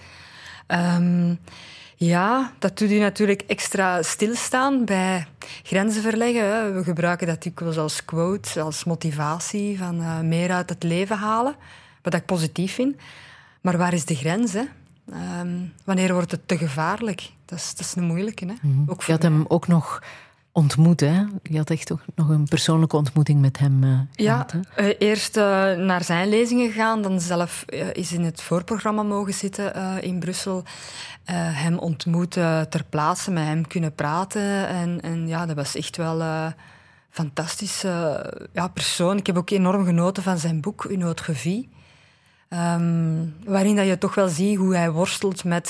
Dat doet u natuurlijk extra stilstaan bij grenzen verleggen. Hè. We gebruiken dat dikwijls als quote, als motivatie van meer uit het leven halen, wat ik positief vind. Maar waar is de grens? Hè? Wanneer wordt het te gevaarlijk? Dat is een moeilijke. Hè? Ook je had hem ook nog ontmoet, hè? Je had echt ook nog een persoonlijke ontmoeting met hem gehad. Hè? Eerst naar zijn lezingen gegaan, dan zelf is in het voorprogramma mogen zitten in Brussel. Hem ontmoet ter plaatse, met hem kunnen praten. En dat was echt wel een fantastische persoon. Ik heb ook enorm genoten van zijn boek, Une autre vie. Waarin dat je toch wel ziet hoe hij worstelt met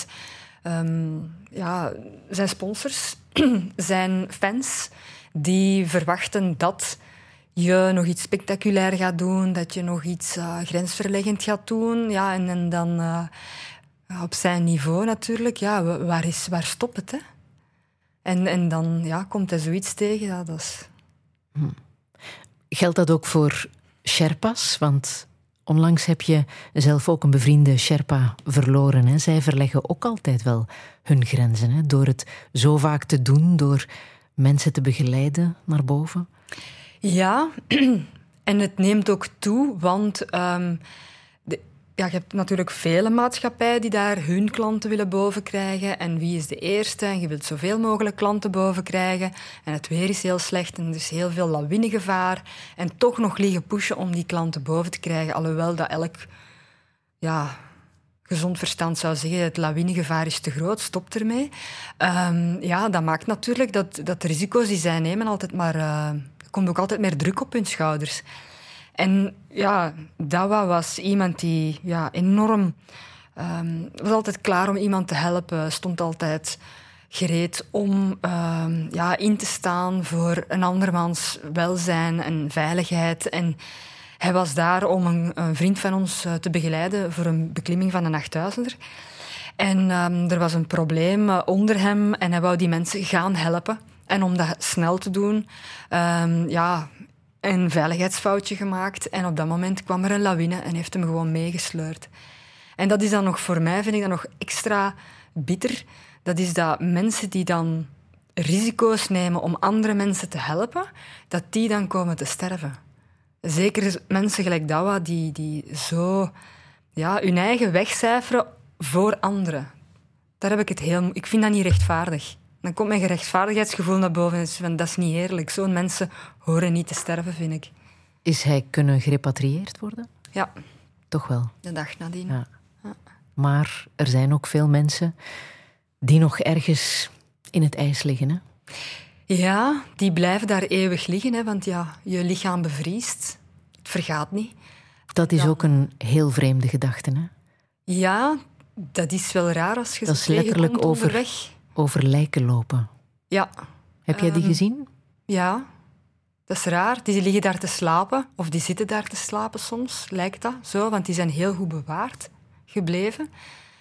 zijn sponsors, zijn fans, die verwachten dat je nog iets spectaculair gaat doen, dat je nog iets grensverleggend gaat doen. En dan op zijn niveau natuurlijk. Waar stopt het? Hè? En dan komt hij zoiets tegen. Dat is... Geldt dat ook voor Sherpas? Want Onlangs heb je zelf ook een bevriende Sherpa verloren. Hè? Zij verleggen ook altijd wel hun grenzen. Hè? Door het zo vaak te doen, door mensen te begeleiden naar boven. Ja, en het neemt ook toe, want je hebt natuurlijk vele maatschappijen die daar hun klanten willen bovenkrijgen. En wie is de eerste? En je wilt zoveel mogelijk klanten bovenkrijgen. En het weer is heel slecht en er is heel veel lawinegevaar. En toch nog liggen pushen om die klanten boven te krijgen. Alhoewel dat elk gezond verstand zou zeggen, het lawinegevaar is te groot, stop ermee. Dat maakt natuurlijk dat de risico's die zij nemen altijd maar... er komt ook altijd meer druk op hun schouders. En ja, Dawa was iemand die enorm... was altijd klaar om iemand te helpen. Stond altijd gereed om in te staan voor een andermans welzijn en veiligheid. En hij was daar om een vriend van ons te begeleiden voor een beklimming van een 8000er. En er was een probleem onder hem en hij wou die mensen gaan helpen. En om dat snel te doen... een veiligheidsfoutje gemaakt. En op dat moment kwam er een lawine en heeft hem gewoon meegesleurd. En dat is dan nog voor mij, vind ik dat nog extra bitter. Dat is dat mensen die dan risico's nemen om andere mensen te helpen, dat die dan komen te sterven. Zeker mensen gelijk Dawa, die zo hun eigen wegcijferen voor anderen. Daar heb ik vind dat niet rechtvaardig. Dan komt mijn gerechtvaardigheidsgevoel naar boven en van, dat is niet eerlijk. Zo'n mensen horen niet te sterven, vind ik. Is hij kunnen gerepatrieerd worden? Ja. Toch wel? De dag nadien. Ja. Maar er zijn ook veel mensen die nog ergens in het ijs liggen, hè? Ja, die blijven daar eeuwig liggen, hè, want je lichaam bevriest. Het vergaat niet. Dat is ook een heel vreemde gedachte, hè? Ja, dat is wel raar als je dat is ze tegenkomt letterlijk onderweg. Over lijken lopen. Ja. Heb jij die gezien? Ja, dat is raar. Die liggen daar te slapen, of die zitten daar te slapen soms, lijkt dat zo, want die zijn heel goed bewaard gebleven.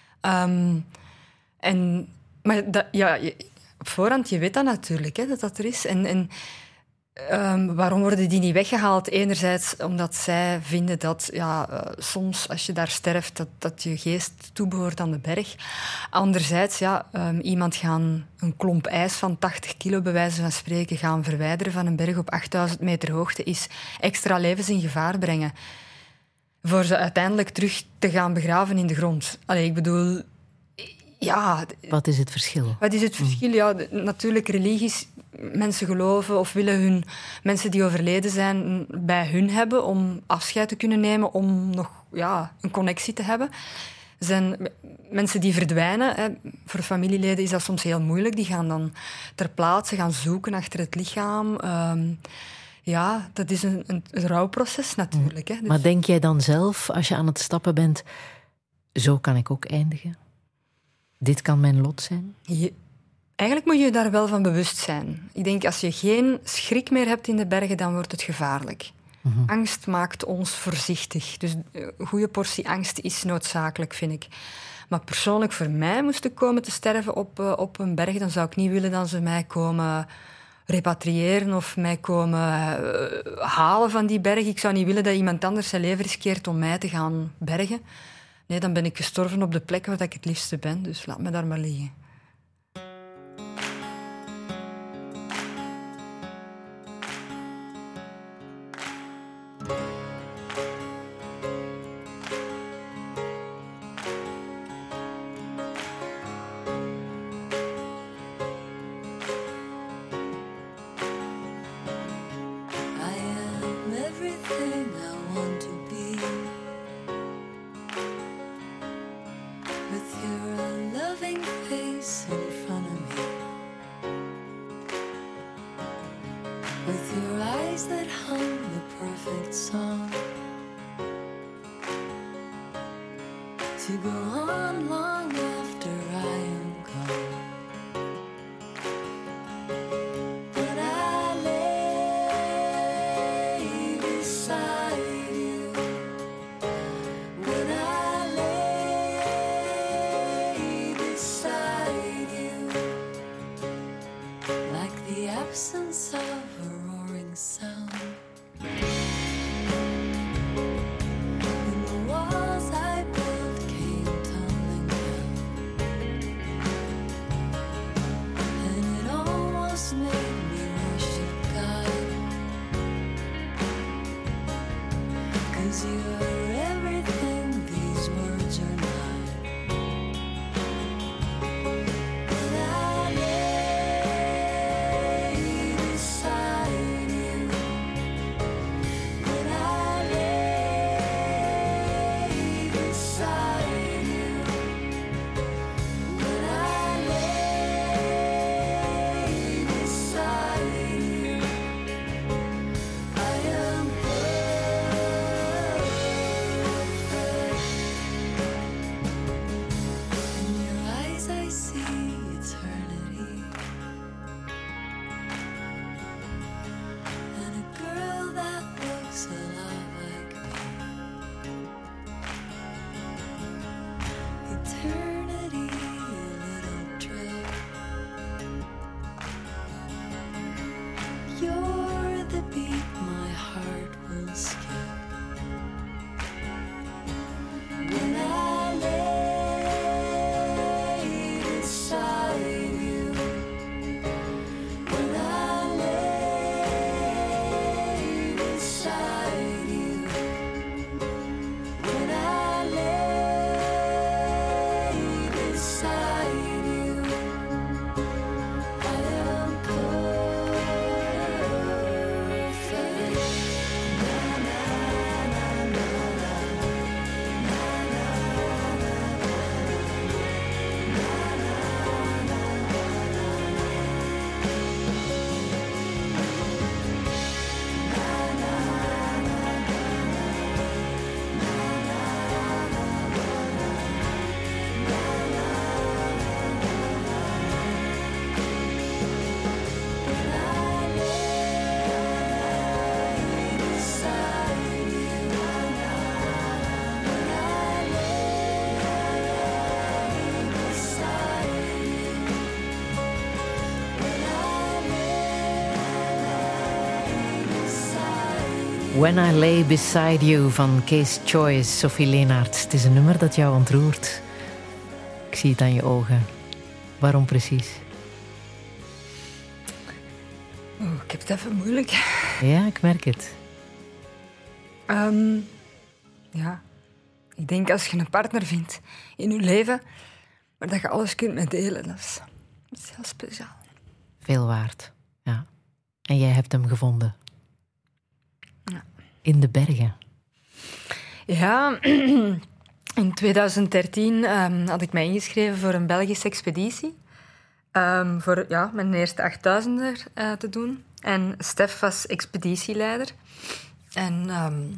Op voorhand, je weet dat natuurlijk, hè, dat er is. En waarom worden die niet weggehaald? Enerzijds omdat zij vinden dat soms als je daar sterft, dat je geest toebehoort aan de berg. Anderzijds, iemand gaan een klomp ijs van 80 kilo, bij wijze van spreken, gaan verwijderen van een berg op 8000 meter hoogte, is extra levens in gevaar brengen. Voor ze uiteindelijk terug te gaan begraven in de grond. Allee, ik bedoel... Ja, wat is het verschil? Wat is het verschil? Ja, natuurlijk, religies, mensen geloven of willen hun mensen die overleden zijn bij hun hebben om afscheid te kunnen nemen, om nog een connectie te hebben. Er zijn mensen die verdwijnen. Hè. Voor familieleden is dat soms heel moeilijk. Die gaan dan ter plaatse gaan zoeken achter het lichaam. Dat is een rouwproces natuurlijk. Hè. Dus... Maar denk jij dan zelf, als je aan het stappen bent, zo kan ik ook eindigen? Dit kan mijn lot zijn? Eigenlijk moet je daar wel van bewust zijn. Ik denk, als je geen schrik meer hebt in de bergen, dan wordt het gevaarlijk. Mm-hmm. Angst maakt ons voorzichtig. Dus een goede portie angst is noodzakelijk, vind ik. Maar persoonlijk, voor mij moest ik komen te sterven op een berg, dan zou ik niet willen dat ze mij komen repatriëren of mij komen halen van die berg. Ik zou niet willen dat iemand anders zijn leven riskeert om mij te gaan bergen. Nee, dan ben ik gestorven op de plek waar ik het liefste ben. Dus laat me daar maar liggen. When I Lay Beside You van Case Choice, Sophie Leenaerts. Het is een nummer dat jou ontroert. Ik zie het aan je ogen. Waarom precies? Ik heb het even moeilijk. Ja, ik merk het. Ja, ik denk als je een partner vindt in je leven, maar dat je alles kunt met delen, dat is heel speciaal. Veel waard, ja. En jij hebt hem gevonden. Ja. In de bergen. Ja, in 2013 had ik mij ingeschreven voor een Belgische expeditie. Voor mijn eerste 8000er te doen. En Stef was expeditieleider. En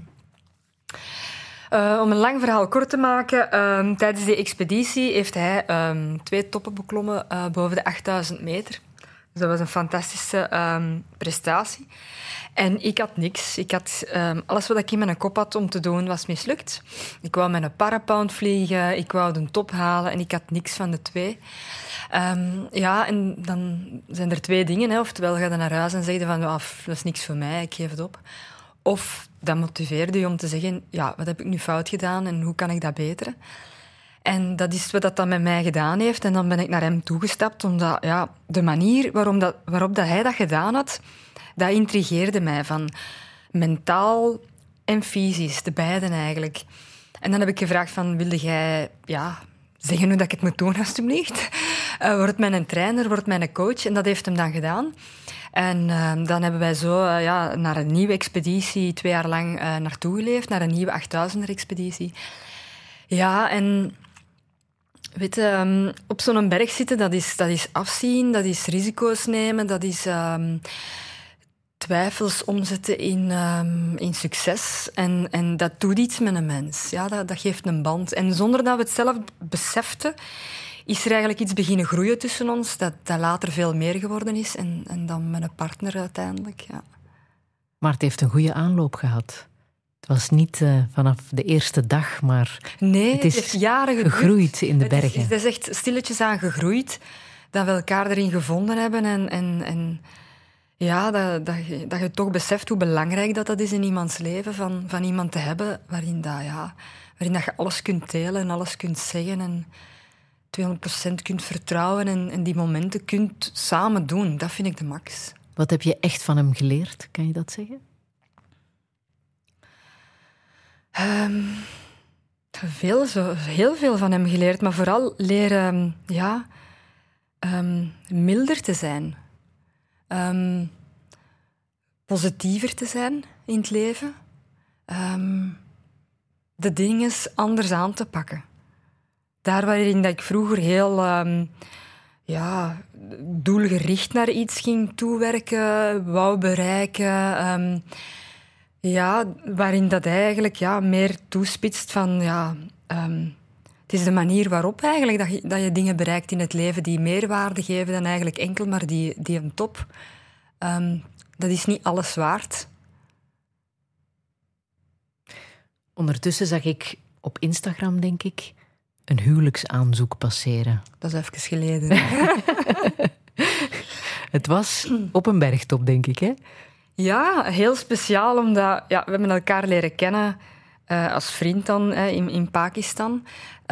om een lang verhaal kort te maken, tijdens die expeditie heeft hij 2 toppen beklommen boven de 8000 meter. Dus dat was een fantastische prestatie. En ik had niks. Alles wat ik in mijn kop had om te doen, was mislukt. Ik wou met een parapound vliegen, ik wou de top halen en ik had niks van de 2. En dan zijn er 2 dingen. Hè. Oftewel ga je naar huis en zeg je van, dat is niks voor mij, ik geef het op. Of dat motiveerde je om te zeggen, ja, wat heb ik nu fout gedaan en hoe kan ik dat beteren? En dat is wat dat dan met mij gedaan heeft. En dan ben ik naar hem toegestapt, omdat de manier waarop dat hij dat gedaan had, dat intrigeerde mij. Van mentaal en fysisch, de beiden eigenlijk. En dan heb ik gevraagd van, wilde jij zeggen hoe dat ik het moet doen, alstublieft? Word mijn trainer, word mijn coach. En dat heeft hem dan gedaan. En dan hebben wij zo naar een nieuwe expeditie 2 jaar lang naartoe geleefd, naar een nieuwe 8000er-expeditie. Ja, en weet je, op zo'n berg zitten, dat is afzien, dat is risico's nemen, dat is twijfels omzetten in succes. En dat doet iets met een mens. Ja, dat geeft een band. En zonder dat we het zelf beseften, is er eigenlijk iets beginnen groeien tussen ons, dat later veel meer geworden is. En dan met een partner uiteindelijk, ja. Maar het heeft een goede aanloop gehad. Het was niet vanaf de eerste dag, maar nee, het is heeft jaren gegroeid in de bergen. Het is echt stilletjes aan gegroeid, dat we elkaar erin gevonden hebben en dat je toch beseft hoe belangrijk dat is in iemands leven, van iemand te hebben waarin dat je alles kunt delen en alles kunt zeggen en 200% kunt vertrouwen en die momenten kunt samen doen. Dat vind ik de max. Wat heb je echt van hem geleerd? Kan je dat zeggen? Heel veel van hem geleerd, maar vooral leren milder te zijn. Positiever te zijn in het leven. De dingen anders aan te pakken. Daar waarin dat ik vroeger heel doelgericht naar iets ging toewerken, wou bereiken. Waarin dat eigenlijk meer toespitst van... het is de manier waarop eigenlijk dat je dingen bereikt in het leven die meerwaarde geven dan eigenlijk enkel maar die een top. Dat is niet alles waard. Ondertussen zag ik op Instagram, denk ik, een huwelijksaanzoek passeren. Dat is even geleden. Het was op een bergtop, denk ik, hè? Ja, heel speciaal, omdat we hebben elkaar leren kennen als vriend dan in Pakistan.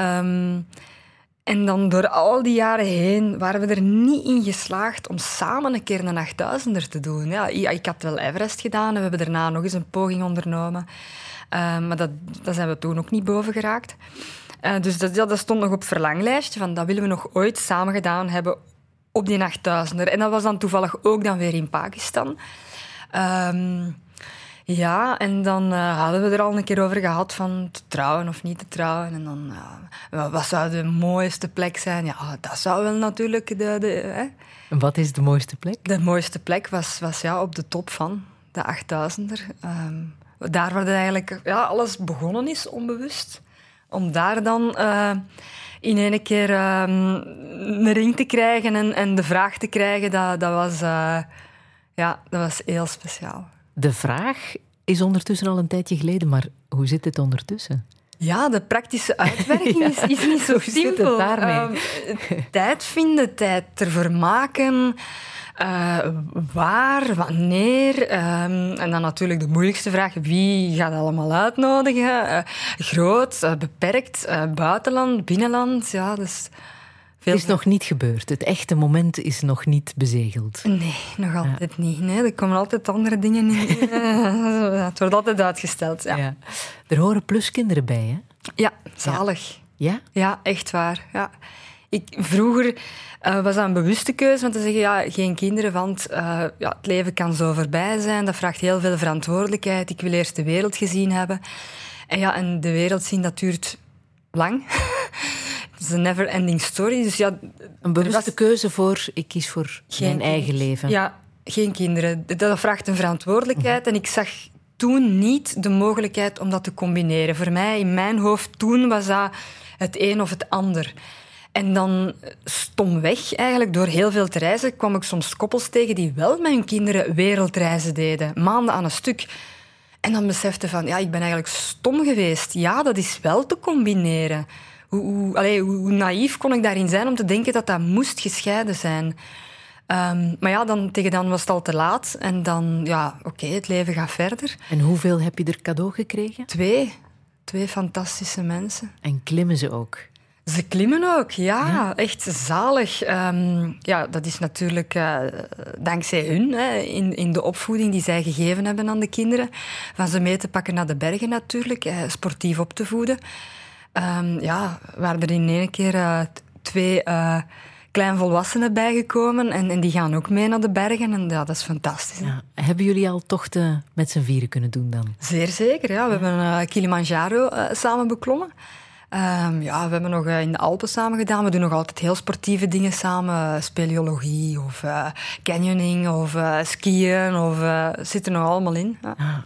En dan door al die jaren heen waren we er niet in geslaagd om samen een keer een 8000er te doen. Ja, ik had wel Everest gedaan en we hebben daarna nog eens een poging ondernomen. Maar dat zijn we toen ook niet boven geraakt. Dus dat stond nog op het verlanglijstje van dat willen we nog ooit samen gedaan hebben op die 8000er. En dat was dan toevallig ook dan weer in Pakistan. En dan hadden we er al een keer over gehad van te trouwen of niet te trouwen. En dan, wat zou de mooiste plek zijn? Ja, dat zou wel natuurlijk En wat is de mooiste plek? De mooiste plek was op de top van de 8000er. Daar waar eigenlijk alles begonnen is, onbewust. Om daar dan in één keer een ring te krijgen en de vraag te krijgen, dat was heel speciaal. De vraag is ondertussen al een tijdje geleden, maar hoe zit het ondertussen? Ja, de praktische uitwerking is niet zo simpel. Zit het daarmee? Tijd vinden, tijd ervoor maken. Waar, wanneer? En dan natuurlijk de moeilijkste vraag, wie gaat allemaal uitnodigen? Groot, beperkt, buitenland, binnenland. Ja, dus veel... Het is nog niet gebeurd. Het echte moment is nog niet bezegeld. Nee, nog altijd niet. Nee, er komen altijd andere dingen in. Het wordt altijd uitgesteld. Ja, Ja. Er horen pluskinderen bij, hè? ja zalig. Ja? Ja, echt waar. Ja. Vroeger was dat een bewuste keuze, want te zeggen, ja, geen kinderen, want het leven kan zo voorbij zijn. Dat vraagt heel veel verantwoordelijkheid. Ik wil eerst de wereld gezien hebben. En de wereld zien, dat duurt lang. Het is een never-ending story. Dus ja, Een bewuste keuze voor, ik kies voor mijn eigen leven. Ja, geen kinderen. Dat vraagt een verantwoordelijkheid. En ik zag toen niet de mogelijkheid om dat te combineren. Voor mij, in mijn hoofd, toen was dat het een of het ander. En dan stomweg, eigenlijk door heel veel te reizen, kwam ik soms koppels tegen die wel met hun kinderen wereldreizen deden. Maanden aan een stuk. En dan besefte van, ja, ik ben eigenlijk stom geweest. Ja, dat is wel te combineren. Hoe naïef kon ik daarin zijn om te denken dat dat moest gescheiden zijn. Maar ja, tegen dan was het al te laat. En dan, ja, oké, het leven gaat verder. En hoeveel heb je er cadeau gekregen? 2 fantastische mensen. En klimmen ze ook? Ze klimmen ook, ja. Echt zalig. Dat is natuurlijk dankzij hun, hè, in de opvoeding die zij gegeven hebben aan de kinderen. Van ze mee te pakken naar de bergen natuurlijk, sportief op te voeden. Waren er in één keer 2 kleinvolwassenen bijgekomen en die gaan ook mee naar de bergen. En ja, dat is fantastisch. Ja. Hebben jullie al tochten met z'n vieren kunnen doen dan? Zeer zeker, ja. We hebben Kilimanjaro samen beklommen. We hebben nog in de Alpen samen gedaan. We doen nog altijd heel sportieve dingen samen. Speleologie of canyoning of skiën. Zit er nog allemaal in. Ja. Ah.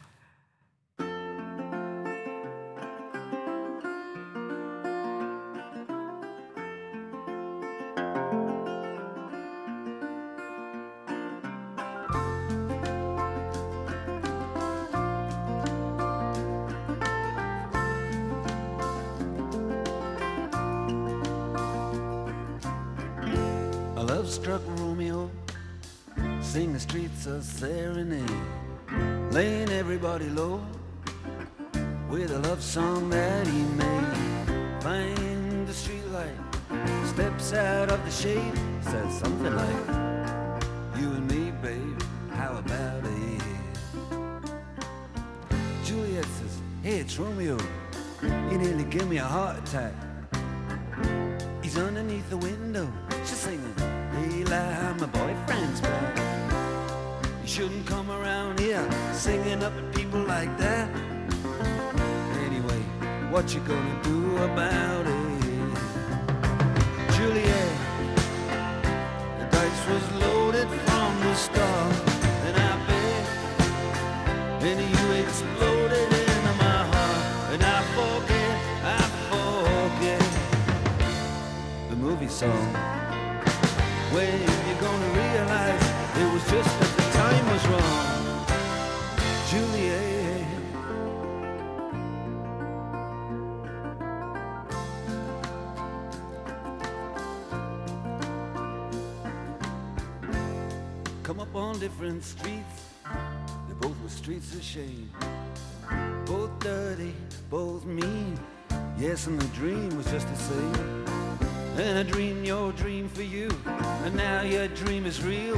A love-struck Romeo, sing the streets a serenade, laying everybody low with a love song that he made. Find the streetlight, steps out of the shade, says something like, you and me, babe, how about it? Juliet says, hey, it's Romeo, you nearly give me a heart attack. He's underneath the window, she's singing, Eli, my boyfriend's back. You shouldn't come around here singing up at people like that. Anyway, what you gonna do about it? Juliet, the dice was loaded from the start, and I bet, and you exploded into my heart, and I forget the movie song. When you're gonna realize it was just that the time was wrong, Juliet. Come up on different streets, they both were streets of shame, both dirty, both mean. Yes, and the dream was just the same. And I dreamed your dream for you, and now your dream is real.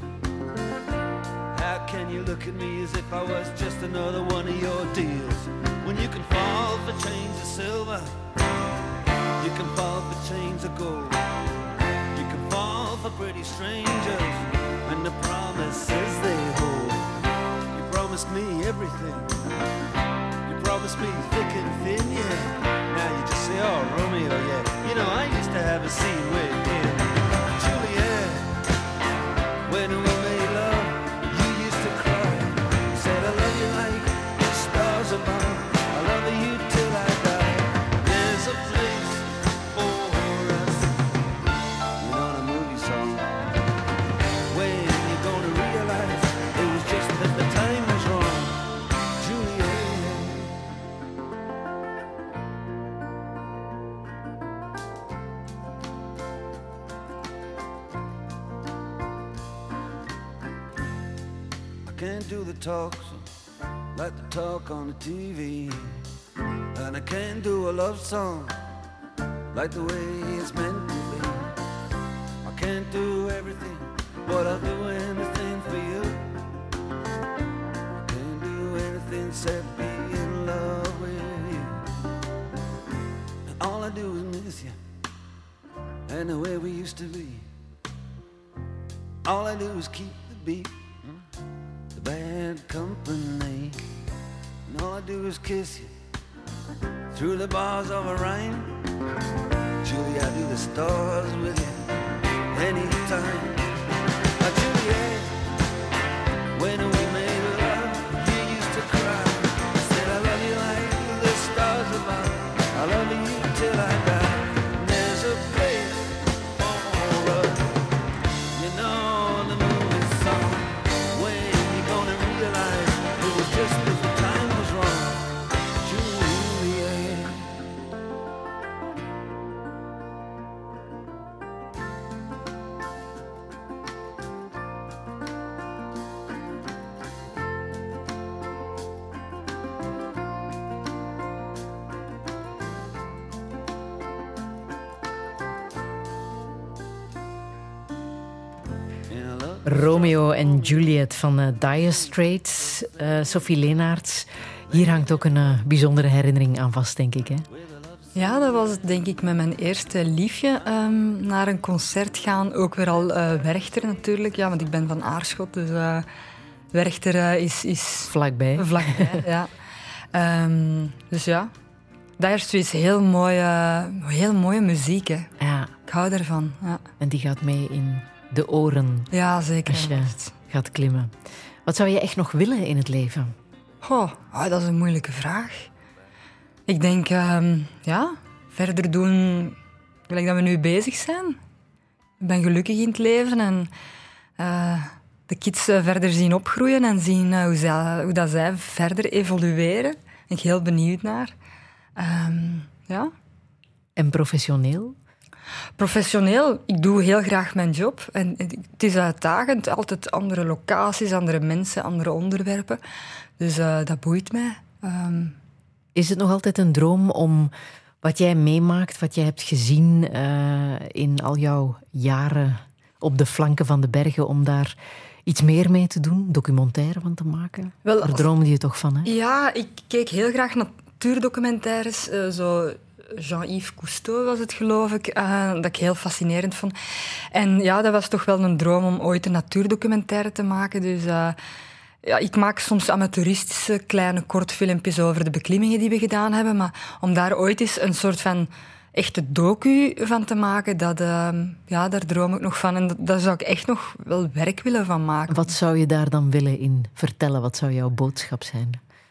How can you look at me as if I was just another one of your deals? When you can fall for chains of silver, you can fall for chains of gold, you can fall for pretty strangers, and the promises they hold. You promised me everything, you promised me thick and thin, yeah. Now you just say, oh, Romeo, yeah. You know, I used to have a scene with him. Juliet, when we made love, you used to cry. You said, I love you like the stars above. I love you till I die. There's a place for us. You're not a movie song. When you're gonna realize it was just that the time was wrong. Juliet. can't do the talk like the talk on the TV. And I can't do a love song like the way it's meant to be. I can't do everything, but I'll do anything for you. I can't do anything except be in love with you. And all I do is miss you and the way we used to be. All I do is keep the beat, the bad company. And all I do is kiss you through the bars of a rhyme. Julie, I do the stars with you anytime. Julie, when we made love, you used to cry. I said I love you like the stars above. I love you till I die. And there's a place for us, you know, the movie song. When you gonna realize it was just as the time was wrong. Juliet. Romeo en Juliet van Dire Straits. Sophie Leenaerts. Hier hangt ook een bijzondere herinnering aan vast, denk ik, hè? Ja, dat was denk ik met mijn eerste liefje naar een concert gaan. Ook weer al Werchter natuurlijk, ja, want ik ben van Aarschot. Dus Werchter is Vlakbij. Vlakbij, ja. Dus ja, Dire Straits is heel mooie muziek, hè. Ja. Ik hou daarvan, ja. En die gaat mee in de oren. Ja, zeker. Als je gaat klimmen. Wat zou je echt nog willen in het leven? Dat is een moeilijke vraag. Ik denk, verder doen gelijk dat we nu bezig zijn. Ik ben gelukkig in het leven en de kids verder zien opgroeien en zien hoe dat zij verder evolueren. Daar ben ik heel benieuwd naar. Ja. En professioneel? Professioneel, ik doe heel graag mijn job. En het is uitdagend, altijd andere locaties, andere mensen, andere onderwerpen. Dus dat boeit mij. Is het nog altijd een droom om wat jij meemaakt, wat jij hebt gezien in al jouw jaren op de flanken van de bergen, om daar iets meer mee te doen, documentaire van te maken? Daar droomde je toch van, hè? Ja, ik keek heel graag natuurdocumentaires, zo Jean-Yves Cousteau was het, geloof ik, dat ik heel fascinerend vond. En ja, dat was toch wel een droom om ooit een natuurdocumentaire te maken. Dus ik maak soms amateuristische kleine kortfilmpjes over de beklimmingen die we gedaan hebben. Maar om daar ooit eens een soort van echte docu van te maken, daar droom ik nog van. En daar zou ik echt nog wel werk willen van maken. Wat zou je daar dan willen in vertellen? Wat zou jouw boodschap zijn?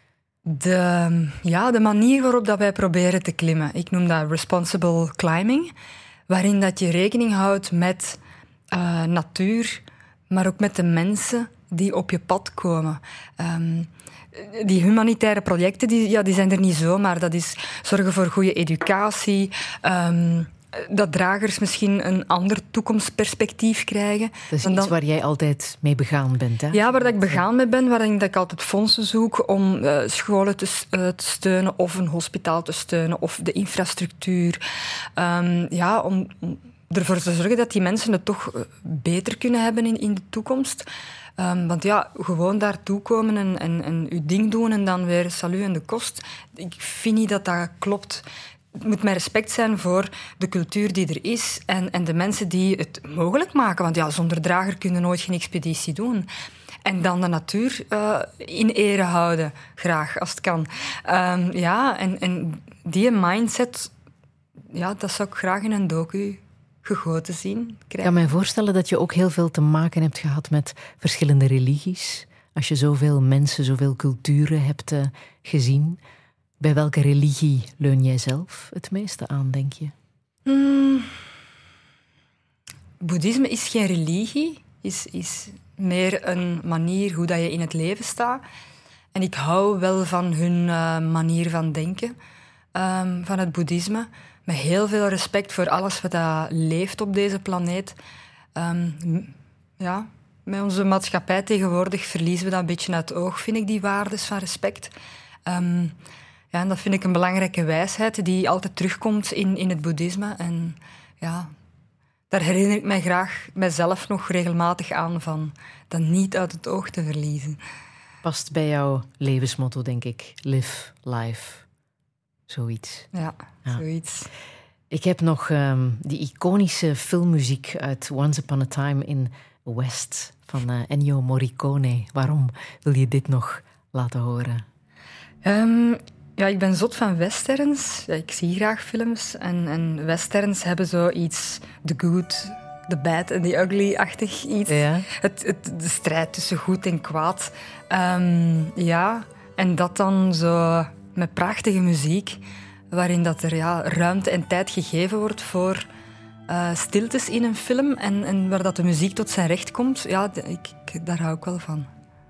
De manier waarop dat wij proberen te klimmen. Ik noem dat responsible climbing. Waarin dat je rekening houdt met natuur, maar ook met de mensen die op je pad komen. Die humanitaire projecten die zijn er niet zomaar. Dat is zorgen voor goede educatie, dat dragers misschien een ander toekomstperspectief krijgen. Dat is iets waar jij altijd mee begaan bent, hè? Ja, waar ik begaan mee ben, waarin ik altijd fondsen zoek om scholen te steunen of een hospitaal te steunen of de infrastructuur. Om ervoor te zorgen dat die mensen het toch beter kunnen hebben in de toekomst. Want ja, gewoon daartoe komen en uw ding doen en dan weer salut en de kost. Ik vind niet dat dat klopt. Het moet mijn respect zijn voor de cultuur die er is en de mensen die het mogelijk maken. Want ja, zonder drager kun je nooit geen expeditie doen. En dan de natuur in ere houden, graag, als het kan. En die mindset, ja, dat zou ik graag in een docu gegoten zien. Ik kan mij voorstellen dat je ook heel veel te maken hebt gehad met verschillende religies. Als je zoveel mensen, zoveel culturen hebt gezien. Bij welke religie leun jij zelf het meeste aan, denk je? Boeddhisme is geen religie. Is meer een manier hoe dat je in het leven staat. En ik hou wel van hun manier van denken. Van het boeddhisme. Met heel veel respect voor alles wat dat leeft op deze planeet. met onze maatschappij tegenwoordig verliezen we dat een beetje uit het oog, vind ik, die waardes van respect. En dat vind ik een belangrijke wijsheid die altijd terugkomt in het boeddhisme. En ja, daar herinner ik mij graag mijzelf nog regelmatig aan, van dat niet uit het oog te verliezen. Past bij jouw levensmotto, denk ik. Live, life. Zoiets. Ja, zoiets. Ik heb nog die iconische filmmuziek uit Once Upon a Time in the West van Ennio Morricone. Waarom wil je dit nog laten horen? Ja, ik ben zot van westerns. Ja, ik zie graag films. En westerns hebben zoiets, the good, the bad en the ugly-achtig iets. Ja. De strijd tussen goed en kwaad. En dat dan zo met prachtige muziek, waarin dat er ruimte en tijd gegeven wordt voor stiltes in een film en waar dat de muziek tot zijn recht komt. Ja, daar hou ik wel van.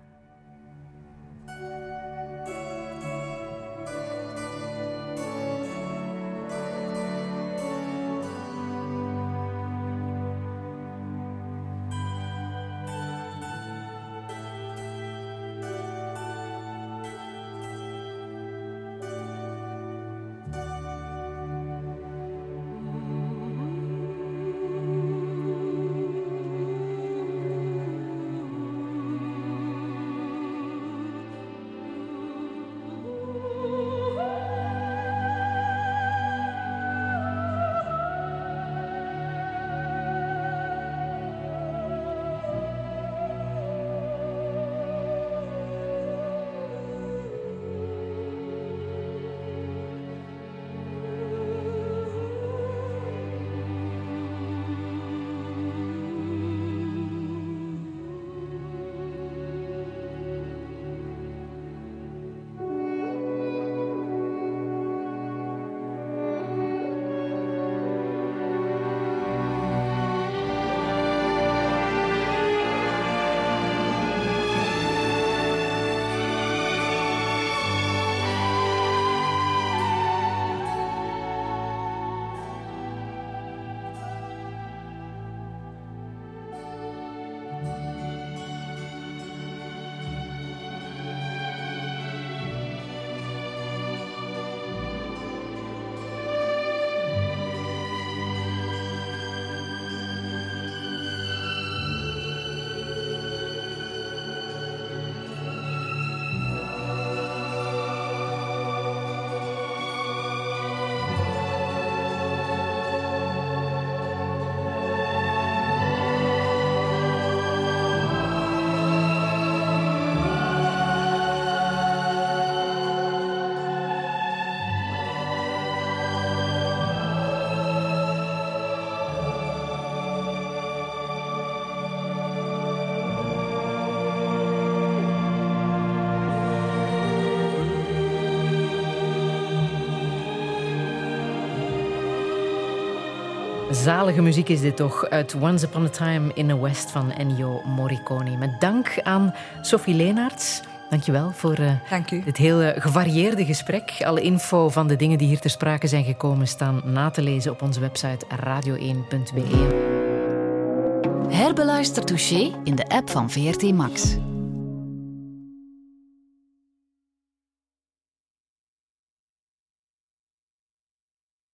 Zalige muziek is dit toch, uit Once Upon a Time in the West van Ennio Morricone. Met dank aan Sophie Leenaerts. Dankjewel voor dit heel gevarieerde gesprek. Alle info van de dingen die hier ter sprake zijn gekomen staan na te lezen op onze website radio1.be. Herbeluister Touché in de app van VRT Max.